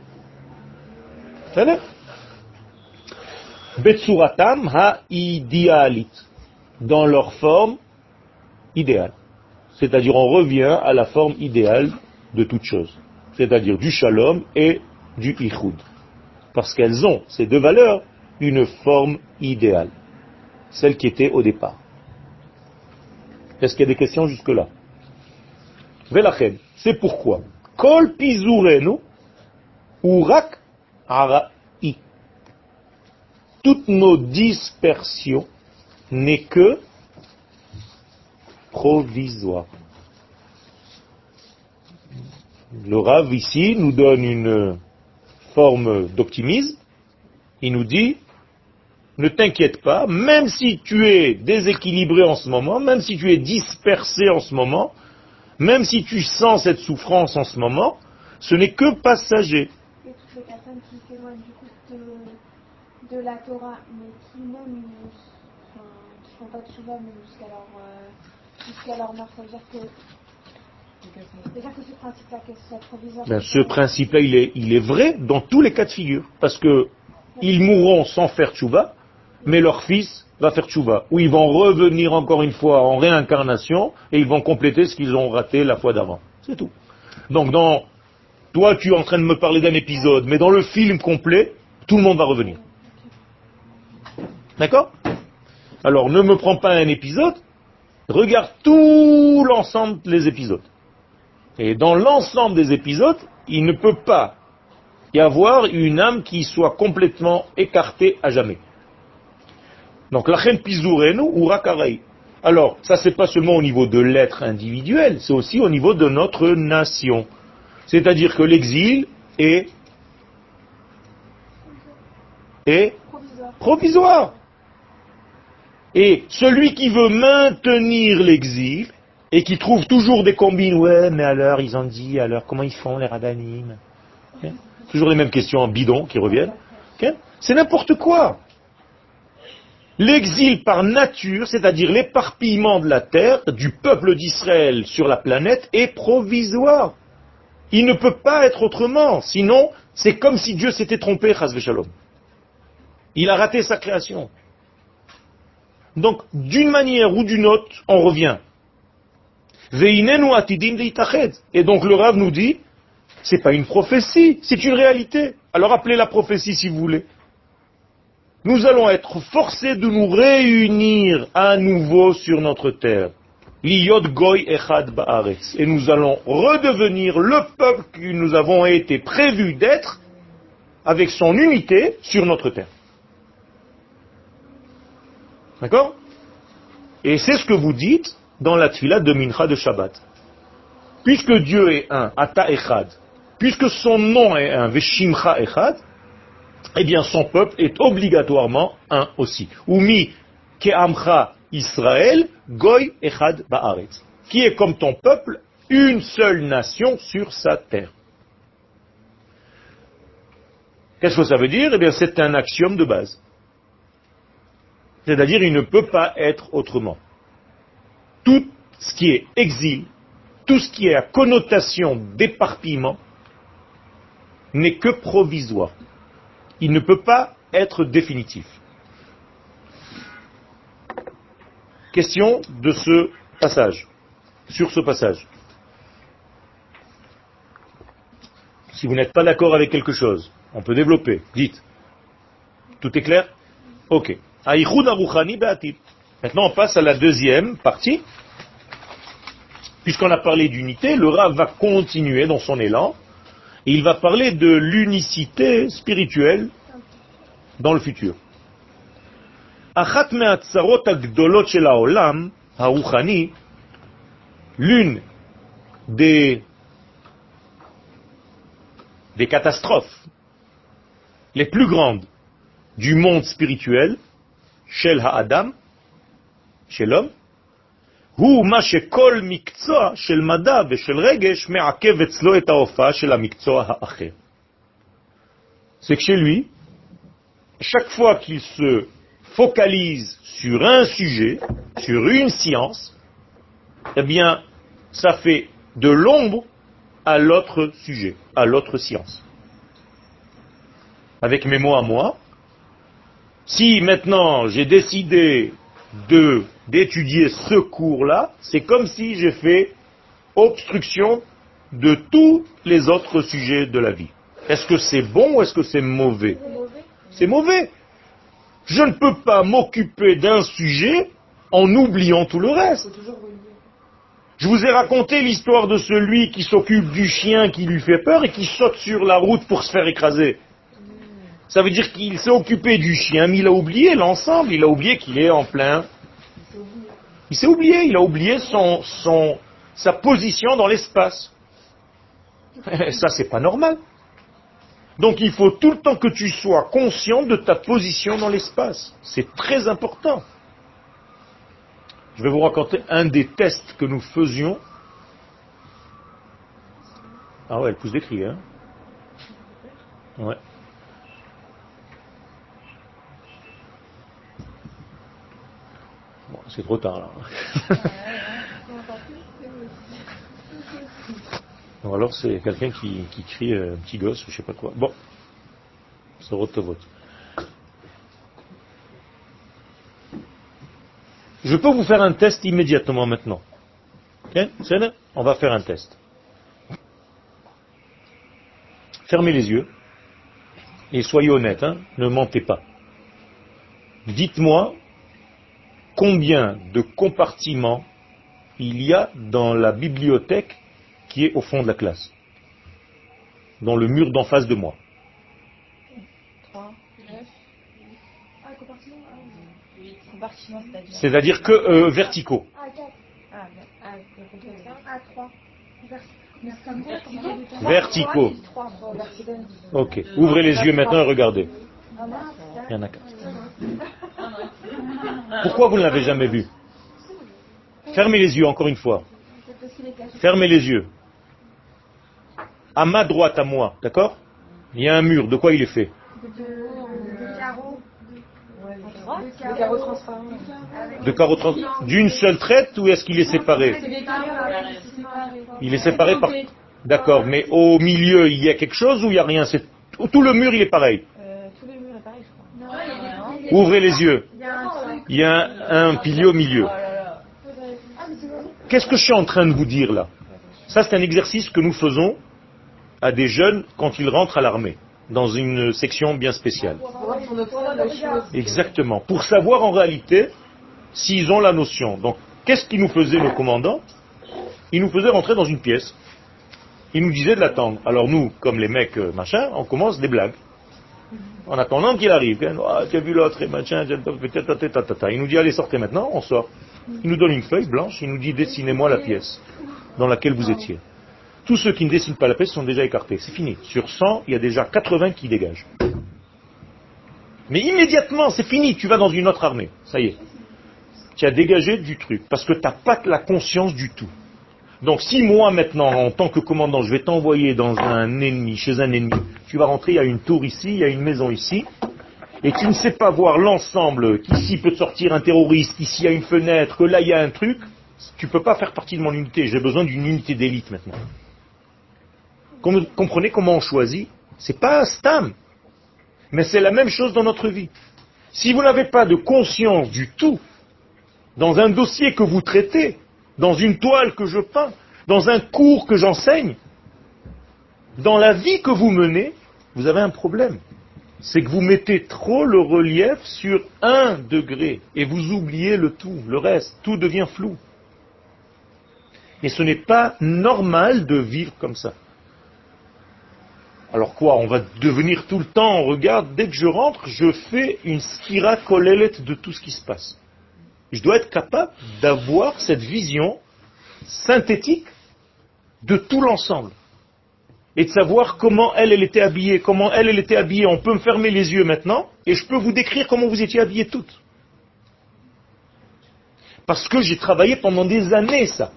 Speaker 1: Betsuratam ha-idéalit, dans leur forme idéale. C'est-à-dire on revient à la forme idéale de toute chose. C'est-à-dire du shalom et du ichud. Parce qu'elles ont, ces deux valeurs, une forme idéale. Celle qui était au départ. Est-ce qu'il y a des questions jusque-là? Velachem, c'est pourquoi. Kol pizurenu urak ara'i. Toutes nos dispersions n'est que provisoire. Le Rav ici nous donne une forme d'optimisme. Il nous dit, ne t'inquiète pas, même si tu es déséquilibré en ce moment, même si tu es dispersé en ce moment, même si tu sens cette souffrance en ce moment, ce n'est que passager.
Speaker 3: Et toutes les personnes qui s'éloignent du coup de la Torah, mais qui même qui font pas de tchouva, mais jusqu'à leur mort, ça veut dire que ce principe-là, que ce soit provisoire.
Speaker 1: Ben, ce principe-là, il est vrai dans tous les cas de figure, parce que ils mourront sans faire tchouva, mais leur fils va faire tchouva, ou ils vont revenir encore une fois en réincarnation, et ils vont compléter ce qu'ils ont raté la fois d'avant. C'est tout. Donc toi tu es en train de me parler d'un épisode, mais dans le film complet, tout le monde va revenir. D'accord? Alors ne me prends pas un épisode, regarde tout l'ensemble des épisodes. Et dans l'ensemble des épisodes, il ne peut pas y avoir une âme qui soit complètement écartée à jamais. Donc, lachen pizurenu ou rakarai. Alors, ça c'est pas seulement au niveau de l'être individuel, c'est aussi au niveau de notre nation. C'est-à-dire que l'exil est provisoire. Et celui qui veut maintenir l'exil, et qui trouve toujours des combines, ouais, mais alors, ils ont dit, alors, comment ils font, les rabbinim? Okay. Toujours les mêmes questions en bidon qui reviennent. Okay. C'est n'importe quoi. L'exil par nature, c'est-à-dire l'éparpillement de la terre, du peuple d'Israël sur la planète, est provisoire. Il ne peut pas être autrement. Sinon, c'est comme si Dieu s'était trompé, chas v'shalom. Il a raté sa création. Donc, d'une manière ou d'une autre, on revient. Et donc le Rav nous dit, c'est pas une prophétie, c'est une réalité. Alors appelez la prophétie si vous voulez. Nous allons être forcés de nous réunir à nouveau sur notre terre. Liyot goy echad ba'aretz. Et nous allons redevenir le peuple que nous avons été prévus d'être avec son unité sur notre terre. D'accord? Et c'est ce que vous dites dans la tfila de Mincha de Shabbat. Puisque Dieu est un, Ata Echad, puisque son nom est un, Veshimcha Echad, eh bien son peuple est obligatoirement un aussi. Umi ke'amcha Israël, goy echad ba'aretz. Qui est comme ton peuple, une seule nation sur sa terre. Qu'est-ce que ça veut dire? Eh bien, c'est un axiome de base. C'est-à-dire, il ne peut pas être autrement. Tout ce qui est exil, tout ce qui est à connotation d'éparpillement, n'est que provisoire. Il ne peut pas être définitif. Question de ce passage, sur ce passage. Si vous n'êtes pas d'accord avec quelque chose, on peut développer. Dites. Tout est clair? Ok. Maintenant, on passe à la deuxième partie. Puisqu'on a parlé d'unité, le Rav va continuer dans son élan. Et il va parler de l'unicité spirituelle dans le futur. L'une des catastrophes les plus grandes du monde spirituel, Shel Ha'adam, chez l'homme, הוא מה שכל מקצוע של מדע ושל רגש מעכב אצלו את ההופעה של המקצוע האחר. C'est que chez lui, chaque fois qu'il se focalise sur un sujet, sur une science, eh bien, ça fait de l'ombre à l'autre sujet, à l'autre science. Avec mes mots à moi, si maintenant j'ai décidé d'étudier ce cours-là, c'est comme si j'ai fait obstruction de tous les autres sujets de la vie. Est-ce que c'est bon ou est-ce que c'est mauvais? C'est mauvais. Je ne peux pas m'occuper d'un sujet en oubliant tout le reste. Je vous ai raconté l'histoire de celui qui s'occupe du chien qui lui fait peur et qui saute sur la route pour se faire écraser. Ça veut dire qu'il s'est occupé du chien, mais il a oublié l'ensemble, il a oublié qu'il est en plein. Il s'est oublié, il a oublié sa position dans l'espace. Ça, c'est pas normal. Donc il faut tout le temps que tu sois conscient de ta position dans l'espace. C'est très important. Je vais vous raconter un des tests que nous faisions. Ah ouais, elle pousse des cris, hein. Ouais. Bon, c'est trop tard, là. Bon, alors c'est quelqu'un qui crie, un petit gosse, je sais pas quoi. Bon, ça vote. Je peux vous faire un test immédiatement maintenant. Okay? On va faire un test. Fermez les yeux et soyez honnêtes, hein, ne mentez pas. Dites-moi combien de compartiments il y a dans la bibliothèque qui est au fond de la classe, dans le mur d'en face de moi.
Speaker 2: 3, 9. Ah, compartiment, 8. Compartiment,
Speaker 1: C'est-à-dire que verticaux.
Speaker 3: Ah, 4. Ah, 3.
Speaker 1: Verticaux. Ok. Ouvrez les yeux maintenant et regardez. Il y en a 4. Pourquoi vous ne l'avez jamais vu? Fermez les yeux encore une fois. Fermez les yeux. À ma droite, à moi, d'accord? Il y a un mur. De quoi il est fait? De carreaux transparents. D'une seule traite ou est-ce qu'il est séparé? Il est séparé par... D'accord, mais au milieu, il y a quelque chose ou il n'y a rien? Tout le mur, il est pareil.
Speaker 2: Tout le mur est pareil, je crois.
Speaker 1: Ouvrez les yeux. Il y a un pilier au milieu. Qu'est-ce que je suis en train de vous dire là? Ça, c'est un exercice que nous faisons à des jeunes quand ils rentrent à l'armée, dans une section bien spéciale. Exactement. Pour savoir en réalité s'ils ont la notion. Donc, qu'est-ce qu'ils nous faisaient nos commandants? Ils nous faisaient rentrer dans une pièce. Ils nous disaient de l'attendre. Alors nous, comme les mecs machin, on commence des blagues. En attendant qu'il arrive. Oh, tu as vu l'autre et machin. Il nous dit allez sortez maintenant, on sort. Il nous donne une feuille blanche, il nous dit dessinez-moi la pièce dans laquelle vous étiez. Tous ceux qui ne dessinent pas la pièce sont déjà écartés. C'est fini. Sur 100, il y a déjà 80 qui dégagent. Mais immédiatement, c'est fini, tu vas dans une autre armée. Ça y est. Tu as dégagé du truc, parce que tu n'as pas la conscience du tout. Donc si moi maintenant, en tant que commandant, je vais t'envoyer dans un ennemi, chez un ennemi, tu vas rentrer, il y a une tour ici, il y a une maison ici, et tu ne sais pas voir l'ensemble, qu'ici peut sortir un terroriste, qu'ici il y a une fenêtre, que là il y a un truc, tu ne peux pas faire partie de mon unité. J'ai besoin d'une unité d'élite maintenant. Comprenez comment on choisit? C'est pas un stam, mais c'est la même chose dans notre vie. Si vous n'avez pas de conscience du tout, dans un dossier que vous traitez, dans une toile que je peins, dans un cours que j'enseigne, dans la vie que vous menez, vous avez un problème. C'est que vous mettez trop le relief sur 1 degré et vous oubliez le tout, le reste, tout devient flou. Et ce n'est pas normal de vivre comme ça. Alors quoi, on va devenir tout le temps, on regarde, dès que je rentre, je fais une skira kolelette de tout ce qui se passe. Je dois être capable d'avoir cette vision synthétique de tout l'ensemble. Et de savoir comment elle était habillée, comment elle était habillée. On peut me fermer les yeux maintenant, et je peux vous décrire comment vous étiez habillées toutes. Parce que j'ai travaillé pendant des années ça.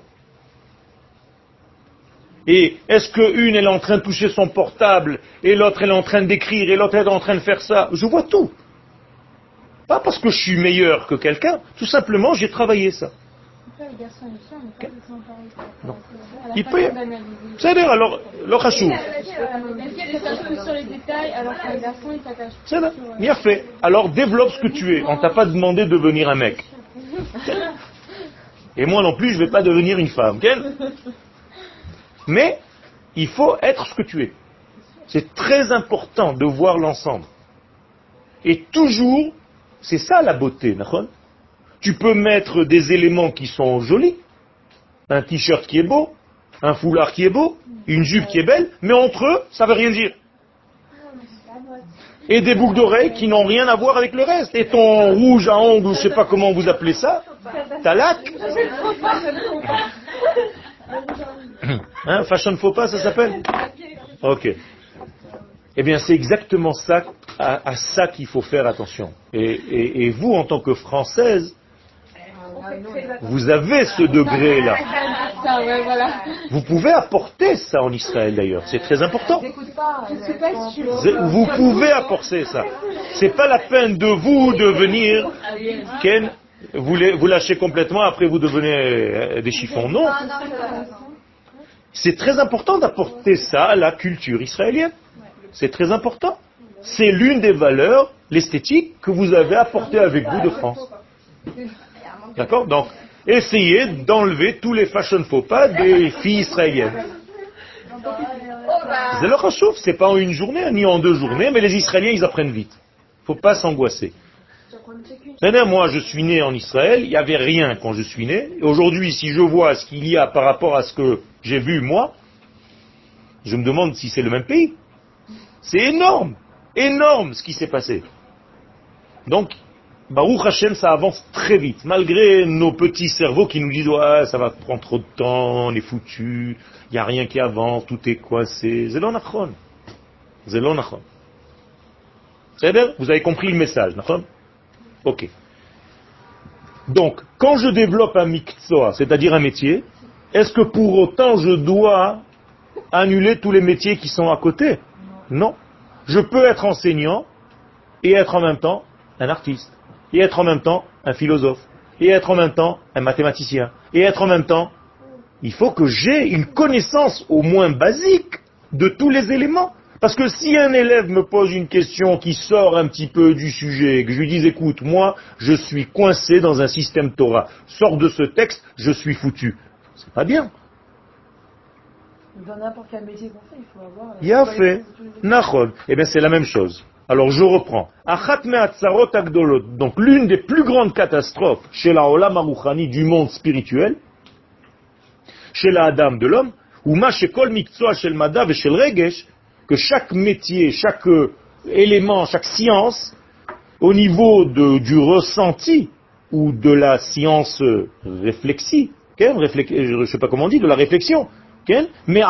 Speaker 1: Et est-ce qu'une elle est en train de toucher son portable, et l'autre elle est en train d'écrire, et l'autre elle est en train de faire ça? Je vois tout. Pas parce que je suis meilleur que quelqu'un, tout simplement j'ai travaillé ça. Non. Il peut. C'est-à-dire alors, le rachou.
Speaker 3: Sur les détails, alors que les garçons ils s'attachent.
Speaker 1: C'est là. Bien fait. Alors développe ce que tu es. On t'a pas demandé de devenir un mec. Et moi non plus, je ne vais pas devenir une femme. Mais il faut être ce que tu es. C'est très important de voir l'ensemble. Et toujours, c'est ça la beauté, d'accord? Tu peux mettre des éléments qui sont jolis, un t-shirt qui est beau, un foulard qui est beau, une jupe qui est belle, mais entre eux, ça ne veut rien dire. Et des boucles d'oreilles qui n'ont rien à voir avec le reste. Et ton rouge à ongles, ou je ne sais pas comment vous appelez ça, ta laque. Hein, fashion faux pas, ça s'appelle? Ok. Eh bien, c'est exactement ça, à ça qu'il faut faire attention. Et vous, en tant que Française, vous avez ce degré-là. Vous pouvez apporter ça en Israël d'ailleurs, c'est très important. Vous pouvez apporter ça. C'est pas la peine de vous devenir Ken, vous lâchez complètement, après vous devenez des chiffons. Non. C'est très important d'apporter ça à la culture israélienne. C'est très important. C'est l'une des valeurs, l'esthétique, que vous avez apportée avec vous de France. D'accord? Donc, essayez d'enlever tous les fashion faux pas des filles israéliennes. C'est le chachouf, c'est pas en une journée, ni en 2 journées, mais les Israéliens, ils apprennent vite. Faut pas s'angoisser. Moi, je suis né en Israël, il n'y avait rien quand je suis né. Aujourd'hui, si je vois ce qu'il y a par rapport à ce que j'ai vu, moi, je me demande si c'est le même pays. C'est énorme, énorme ce qui s'est passé. Donc, Baruch Hashem, ça avance très vite, malgré nos petits cerveaux qui nous disent ouais, ça va prendre trop de temps, on est foutu, il n'y a rien qui avance, tout est coincé. Zelon achron. Zelon achron. C'est-à-dire, vous avez compris le message, nachon? Ok. Donc, quand je développe un miktsua, c'est-à-dire un métier, est-ce que pour autant je dois annuler tous les métiers qui sont à côté? Non. Je peux être enseignant et être en même temps un artiste, et être en même temps un philosophe, et être en même temps un mathématicien, et être en même temps... Il faut que j'ai une connaissance au moins basique de tous les éléments. Parce que si un élève me pose une question qui sort un petit peu du sujet, que je lui dise, écoute, moi, je suis coincé dans un système Torah, sors de ce texte, je suis foutu. C'est pas bien.
Speaker 2: Dans n'importe quel métier qu'on fait, il faut avoir...
Speaker 1: Il a fait. Nachol. Eh bien, c'est la même chose. Alors, je reprends. Achat me'atzarot agdolot. Donc, l'une des plus grandes catastrophes chez la Olam Haruchani du monde spirituel, chez la Adam de l'homme, ou ma shekol miktsua shel madav et shel regesh, que chaque métier, chaque élément, chaque science, au niveau du ressenti, ou de la science réflexive, je ne sais pas comment on dit, de la réflexion, mais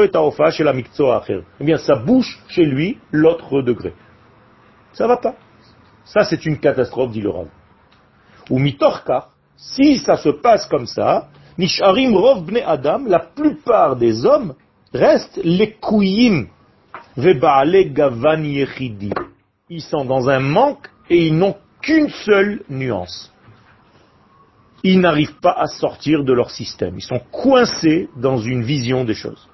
Speaker 1: eh bien ça bouche chez lui l'autre degré. Ça va pas. Ça, c'est une catastrophe, dit le Rav. Ou mitorka, si ça se passe comme ça, nisharim rov bnei adam, la plupart des hommes restent les kouyim, vebaale gavan yechidi. Ils sont dans un manque et ils n'ont qu'une seule nuance. Ils n'arrivent pas à sortir de leur système. Ils sont coincés dans une vision des choses.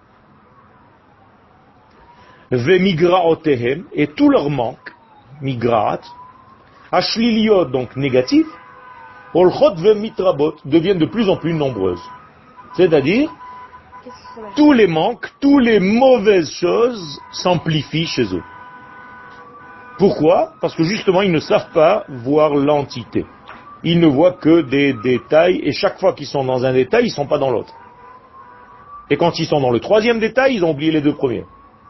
Speaker 1: Vemigraotehem, et tout leur manque, migraat, ashliliot, donc négatif, olchot vemitrabot, deviennent de plus en plus nombreuses. C'est-à-dire, tous les manques, toutes les mauvaises choses s'amplifient chez eux. Pourquoi? Parce que justement, ils ne savent pas voir l'entité. Ils ne voient que des détails, et chaque fois qu'ils sont dans un détail, ils ne sont pas dans l'autre. Et quand ils sont dans le troisième détail, ils ont oublié les deux premiers.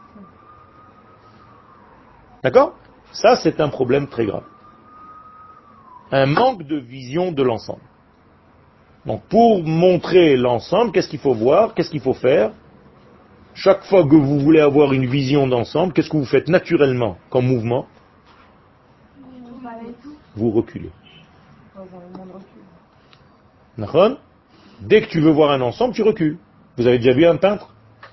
Speaker 1: D'accord? Ça, c'est un problème très grave. Un manque de vision de l'ensemble. Donc, pour montrer l'ensemble, qu'est-ce qu'il faut voir? Qu'est-ce qu'il faut faire? Chaque fois que vous voulez avoir une vision d'ensemble, qu'est-ce que vous faites naturellement comme mouvement? Vous reculez. D'accord? Dès que tu veux voir un ensemble, tu recules. Vous avez déjà vu un peintre?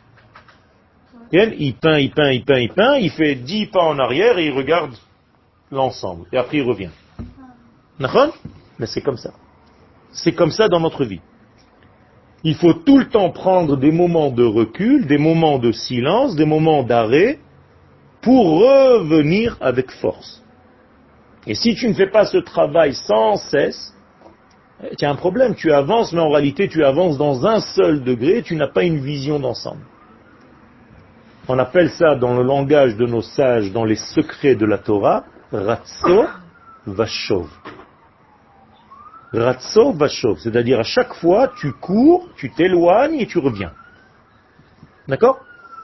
Speaker 1: Il peint, il fait 10 pas en arrière et il regarde l'ensemble. Et après il revient. D'accord? Mais c'est comme ça. C'est comme ça dans notre vie. Il faut tout le temps prendre des moments de recul, des moments de silence, des moments d'arrêt, pour revenir avec force. Et si tu ne fais pas ce travail sans cesse, tu as un problème. Tu avances, mais en réalité tu avances dans un seul degré, tu n'as pas une vision d'ensemble. On appelle ça dans le langage de nos sages, dans les secrets de la Torah, Ratso Vashov. Ratso Vashov, c'est-à-dire à chaque fois, tu cours, tu t'éloignes et tu reviens. D'accord?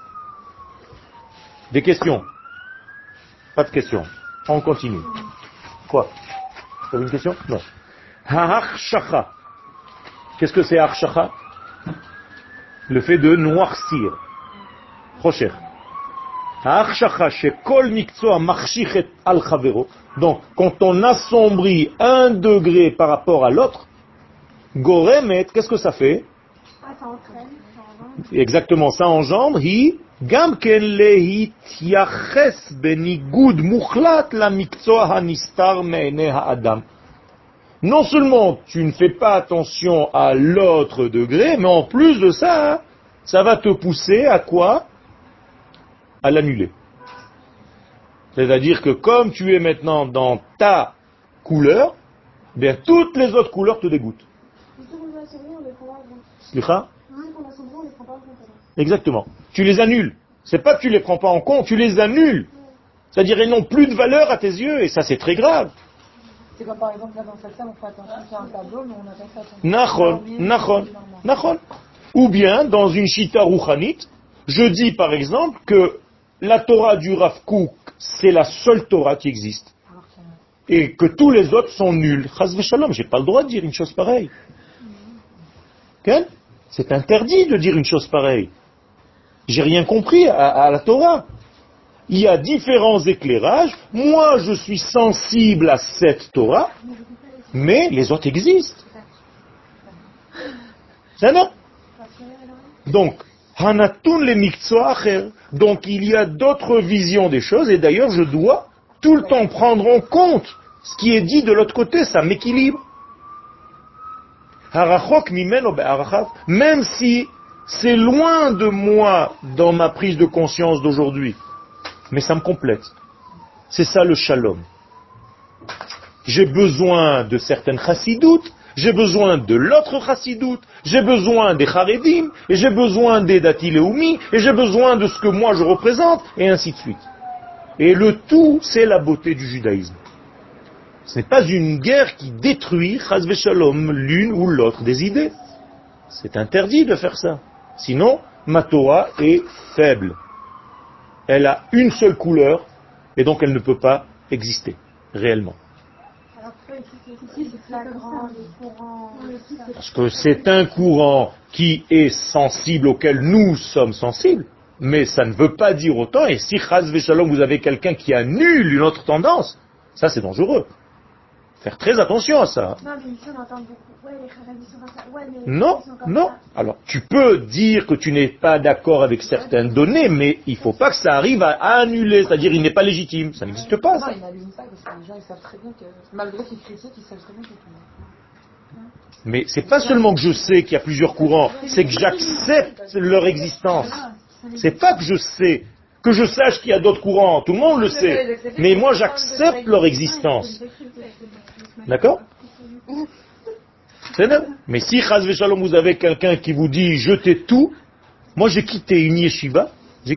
Speaker 1: Des questions? Pas de questions. On continue. Quoi? Vous avez une question? Non. Ha'achshacha. Qu'est-ce que c'est Ha'achshacha? Le fait de noircir. Rocher. Donc, quand on assombrit un degré par rapport à l'autre, goremet, qu'est-ce que ça fait?
Speaker 3: Ça entraîne, ça engendre.
Speaker 1: Exactement, ça engendre, gamken lehityaches benigud muchlat la mikzoa hanistar me'ene ha'adam. Non seulement tu ne fais pas attention à l'autre degré, mais en plus de ça, ça va te pousser à quoi? À l'annuler. C'est-à-dire que comme tu es maintenant dans ta couleur, bien toutes les autres couleurs te dégoûtent. Exactement. Tu les annules. C'est pas que tu les prends pas en compte, tu les annules. C'est-à-dire ils n'ont plus de valeur à tes yeux, et ça c'est très grave.
Speaker 2: C'est comme par exemple là dans cette salle, on fait attention qu'il y a un tableau, mais on n'a pas fait attention.
Speaker 1: Nachon. Ou bien, dans une Shita Rouchanite, je dis par exemple que la Torah du Rav Kook, c'est la seule Torah qui existe. Et que tous les autres sont nuls. Chas v'shalom, j'ai pas le droit de dire une chose pareille. C'est interdit de dire une chose pareille. J'ai rien compris à la Torah. Il y a différents éclairages. Moi, je suis sensible à cette Torah, mais les autres existent. C'est non? Donc, Hanatun le miktsua acher. Donc il y a d'autres visions des choses, et d'ailleurs je dois tout le temps prendre en compte ce qui est dit de l'autre côté, ça m'équilibre. Harachok mimeno be'arachav, même si c'est loin de moi dans ma prise de conscience d'aujourd'hui, mais ça me complète. C'est ça le shalom. J'ai besoin de certaines chassidoutes, j'ai besoin de l'autre chassidoute, j'ai besoin des charedim, et j'ai besoin des dati leumi, et j'ai besoin de ce que moi je représente, et ainsi de suite. Et le tout, c'est la beauté du judaïsme. Ce n'est pas une guerre qui détruit, chas v'shalom, l'une ou l'autre des idées. C'est interdit de faire ça. Sinon, ma Torah est faible. Elle a une seule couleur, et donc elle ne peut pas exister, réellement. Parce que c'est un courant qui est sensible, auquel nous sommes sensibles, mais ça ne veut pas dire autant, et si chas v'shalom vous avez quelqu'un qui annule une autre tendance, Ça, c'est dangereux. Faire très attention à ça.
Speaker 3: Non, mais ici on entend beaucoup. Ouais, les Khazans, ils sont comme ça. Ouais, mais
Speaker 1: Non,
Speaker 3: ils sont comme
Speaker 1: non.
Speaker 3: ça.
Speaker 1: Alors, tu peux dire que tu n'es pas d'accord avec certaines données, mais il ne faut pas que ça arrive à annuler, c'est-à-dire il n'est pas légitime. Ça n'existe pas,
Speaker 2: Non,
Speaker 1: ça.
Speaker 2: ils n'allument pas parce que les gens ils savent très bien que, malgré qu'ils critiquent, ils savent très bien que tout.
Speaker 1: Mais c'est pas seulement que je sais qu'il y a plusieurs courants, c'est que j'accepte leur existence. C'est pas que je sais, que je sache qu'il y a d'autres courants, tout le monde le sait. Mais moi j'accepte leur existence. D'accord? C'est vrai. Mais si Chaz Veshalom vous avez quelqu'un qui vous dit je tais tout, moi j'ai quitté une yeshiva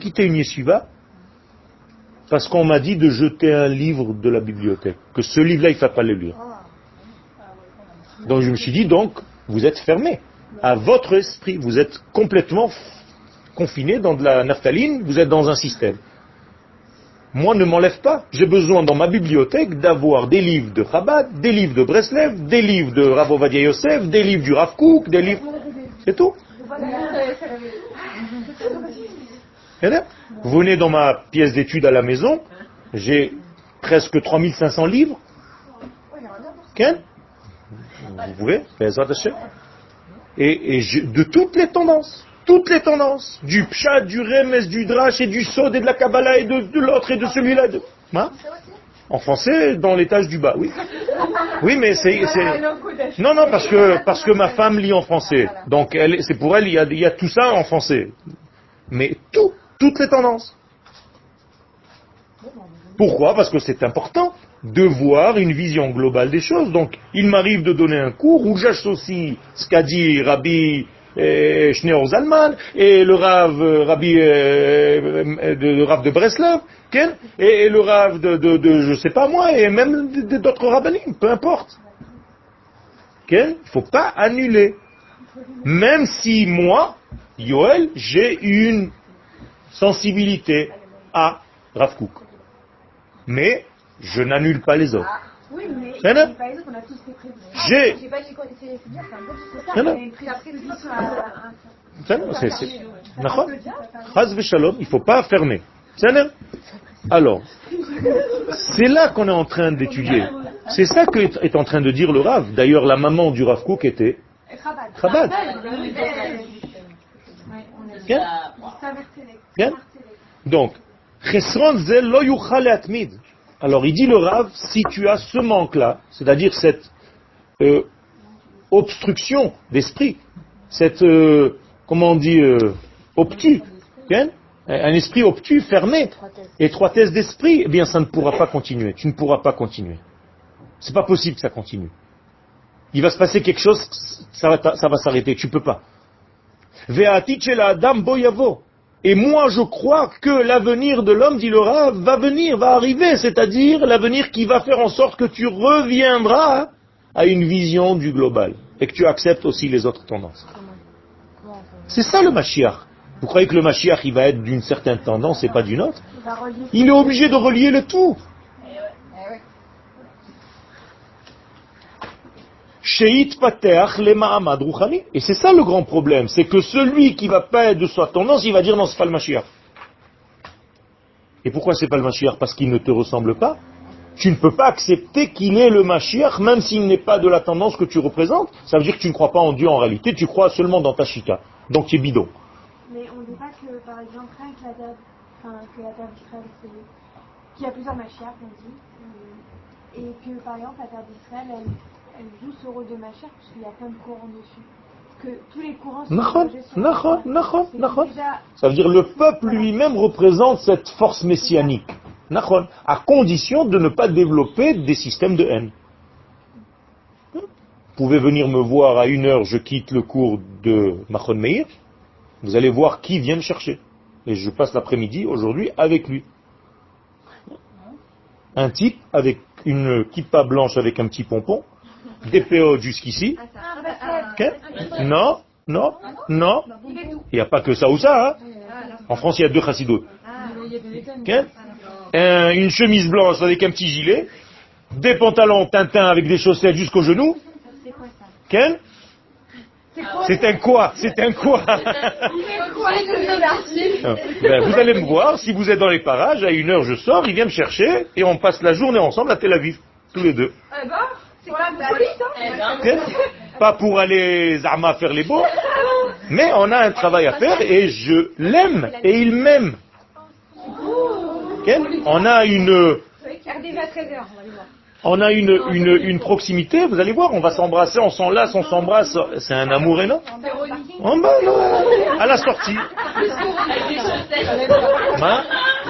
Speaker 1: parce qu'on m'a dit de jeter un livre de la bibliothèque, que ce livre-là il ne faut pas le lire. Donc je me suis dit, donc, vous êtes fermé à votre esprit, vous êtes complètement confiné dans de la naphtaline, vous êtes dans un système. Moi, ne m'enlève pas. J'ai besoin dans ma bibliothèque d'avoir des livres de Chabad, des livres de Breslev, des livres de Rav Ovadia Yosef, des livres du Rav Kook, des livres... C'est tout. Vous venez dans ma pièce d'études à la maison, j'ai presque 3500 livres. Ken? Vous pouvez, et de toutes les tendances, du Pshat, du Remes, du Drash et du Sod et de la Kabbalah et de l'autre et de celui-là. Hein? En français, dans l'étage du bas, oui. Oui, mais c'est... Non, parce que ma femme lit en français. Donc, c'est pour elle, il y a tout ça en français. Mais toutes les tendances. Pourquoi? Parce que c'est important de voir une vision globale des choses. Donc, il m'arrive de donner un cours où j'associe ce qu'a dit Rabbi Shneor Zalman et le Rabbi le Rav de Breslev, et le Rav de je sais pas moi, et même d'autres rabbinim, peu importe. Il ne faut pas annuler. Même si moi, Yoel, j'ai une sensibilité à Rav Kook. Mais je n'annule pas les autres.
Speaker 3: Oui, mais
Speaker 1: Hein?
Speaker 3: par exemple, on a tous des prédispositions.
Speaker 1: J'ai.
Speaker 3: C'est bien, c'est un bon truc. C'est ça, on a une prédisposition à...
Speaker 1: Chaz v'shalom, il ne faut pas fermer. Alors, c'est là qu'on est en train d'étudier. C'est ça qu'est en train de dire le Rav. D'ailleurs, la maman du Rav Kook était Chabad. Bien. Donc, Chesron zel lo yuchal le'atmid. Alors il dit le Rav, si tu as ce manque-là, c'est-à-dire cette obstruction d'esprit, cette, comment on dit, obtus, bien, un esprit obtus, fermé, étroitesse d'esprit, eh bien ça ne pourra pas continuer. Tu ne pourras pas continuer. C'est pas possible que ça continue. Il va se passer quelque chose, ça va s'arrêter. Tu peux pas. Ve'atit shel ha'adam bo yavo. Et moi, je crois que l'avenir de l'homme, dit le Rav, va venir, va arriver, c'est-à-dire l'avenir qui va faire en sorte que tu reviendras à une vision du global et que tu acceptes aussi les autres tendances. C'est ça le Mashiach. Vous croyez que le Mashiach, il va être d'une certaine tendance et pas d'une autre? Il est obligé de relier le tout. Et c'est ça le grand problème, c'est que celui qui va pas être de sa tendance, il va dire non, c'est pas le Mashiach. Et pourquoi c'est pas le Mashiach? Parce qu'il ne te ressemble pas. Tu ne peux pas accepter qu'il est le Mashiach, même s'il n'est pas de la tendance que tu représentes. Ça veut dire que tu ne crois pas en Dieu en réalité, tu crois seulement dans ta chita. Donc tu es bidon.
Speaker 3: Mais on ne dit pas que, par exemple, rien que la terre, que la terre d'Israël, qu'il y a plusieurs Mashiach, on dit, et que, par exemple, la terre d'Israël, elle joue ce rôle de Mashiach, parce qu'il y a plein de courants dessus. Que tous les courants sont
Speaker 1: Ça veut dire le peuple lui-même représente cette force messianique. À condition de ne pas développer des systèmes de haine. Vous pouvez venir me voir à 1h, je quitte le cours de Machon Meir, vous allez voir qui vient me chercher. Et je passe l'après-midi aujourd'hui avec lui. Un type avec une kippa blanche avec un petit pompon, des PO jusqu'ici. Okay. Non. Il n'y a pas que ça ou ça. Hein. En France, il y a 2 chassidoutes. Okay. Une chemise blanche avec un petit gilet, des pantalons Tintin avec des chaussettes jusqu'aux genoux. C'est un quoi? C'est un quoi? Ben, vous allez me voir, si vous êtes dans les parages, à 1h je sors, il vient me chercher, et on passe la journée ensemble à Tel Aviv, tous les deux.
Speaker 3: C'est pas la police,
Speaker 1: Ok? Pas pour aller Zama faire les beaux, mais on a un travail à faire, et je l'aime, et il m'aime. Ok? On a
Speaker 3: RDV à 13h, on va aller voir.
Speaker 1: On a une proximité, vous allez voir, on va s'embrasser, on s'enlace, on s'embrasse, c'est un amour énorme. En bas, non, à la sortie. Hein?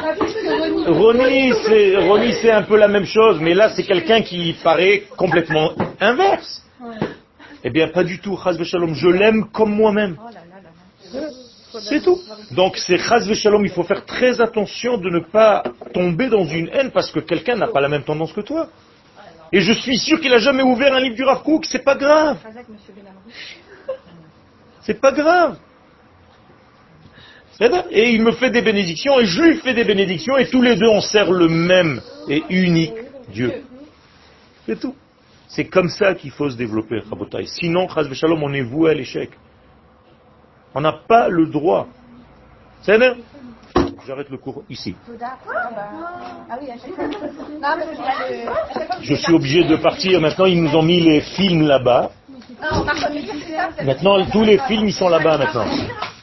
Speaker 1: Ronnie, c'est un peu la même chose, mais là c'est quelqu'un qui paraît complètement inverse. Eh bien, pas du tout, Chaz v'Shalom, je l'aime comme moi-même. C'est tout. Donc c'est Chaz v'Shalom, il faut faire très attention de ne pas tomber dans une haine parce que quelqu'un n'a pas la même tendance que toi. Et je suis sûr qu'il a jamais ouvert un livre du Rav Kook, c'est pas grave. C'est pas grave. Et il me fait des bénédictions et je lui fais des bénédictions et tous les deux on sert le même et unique Dieu. C'est tout. C'est comme ça qu'il faut se développer, Rabotai. Sinon, Chaz v'Shalom, on est voué à l'échec. On n'a pas le droit. C'est vrai? J'arrête le cours ici. Je suis obligé de partir. Maintenant, ils nous ont mis les films là-bas. Maintenant, tous les films, ils sont là-bas maintenant.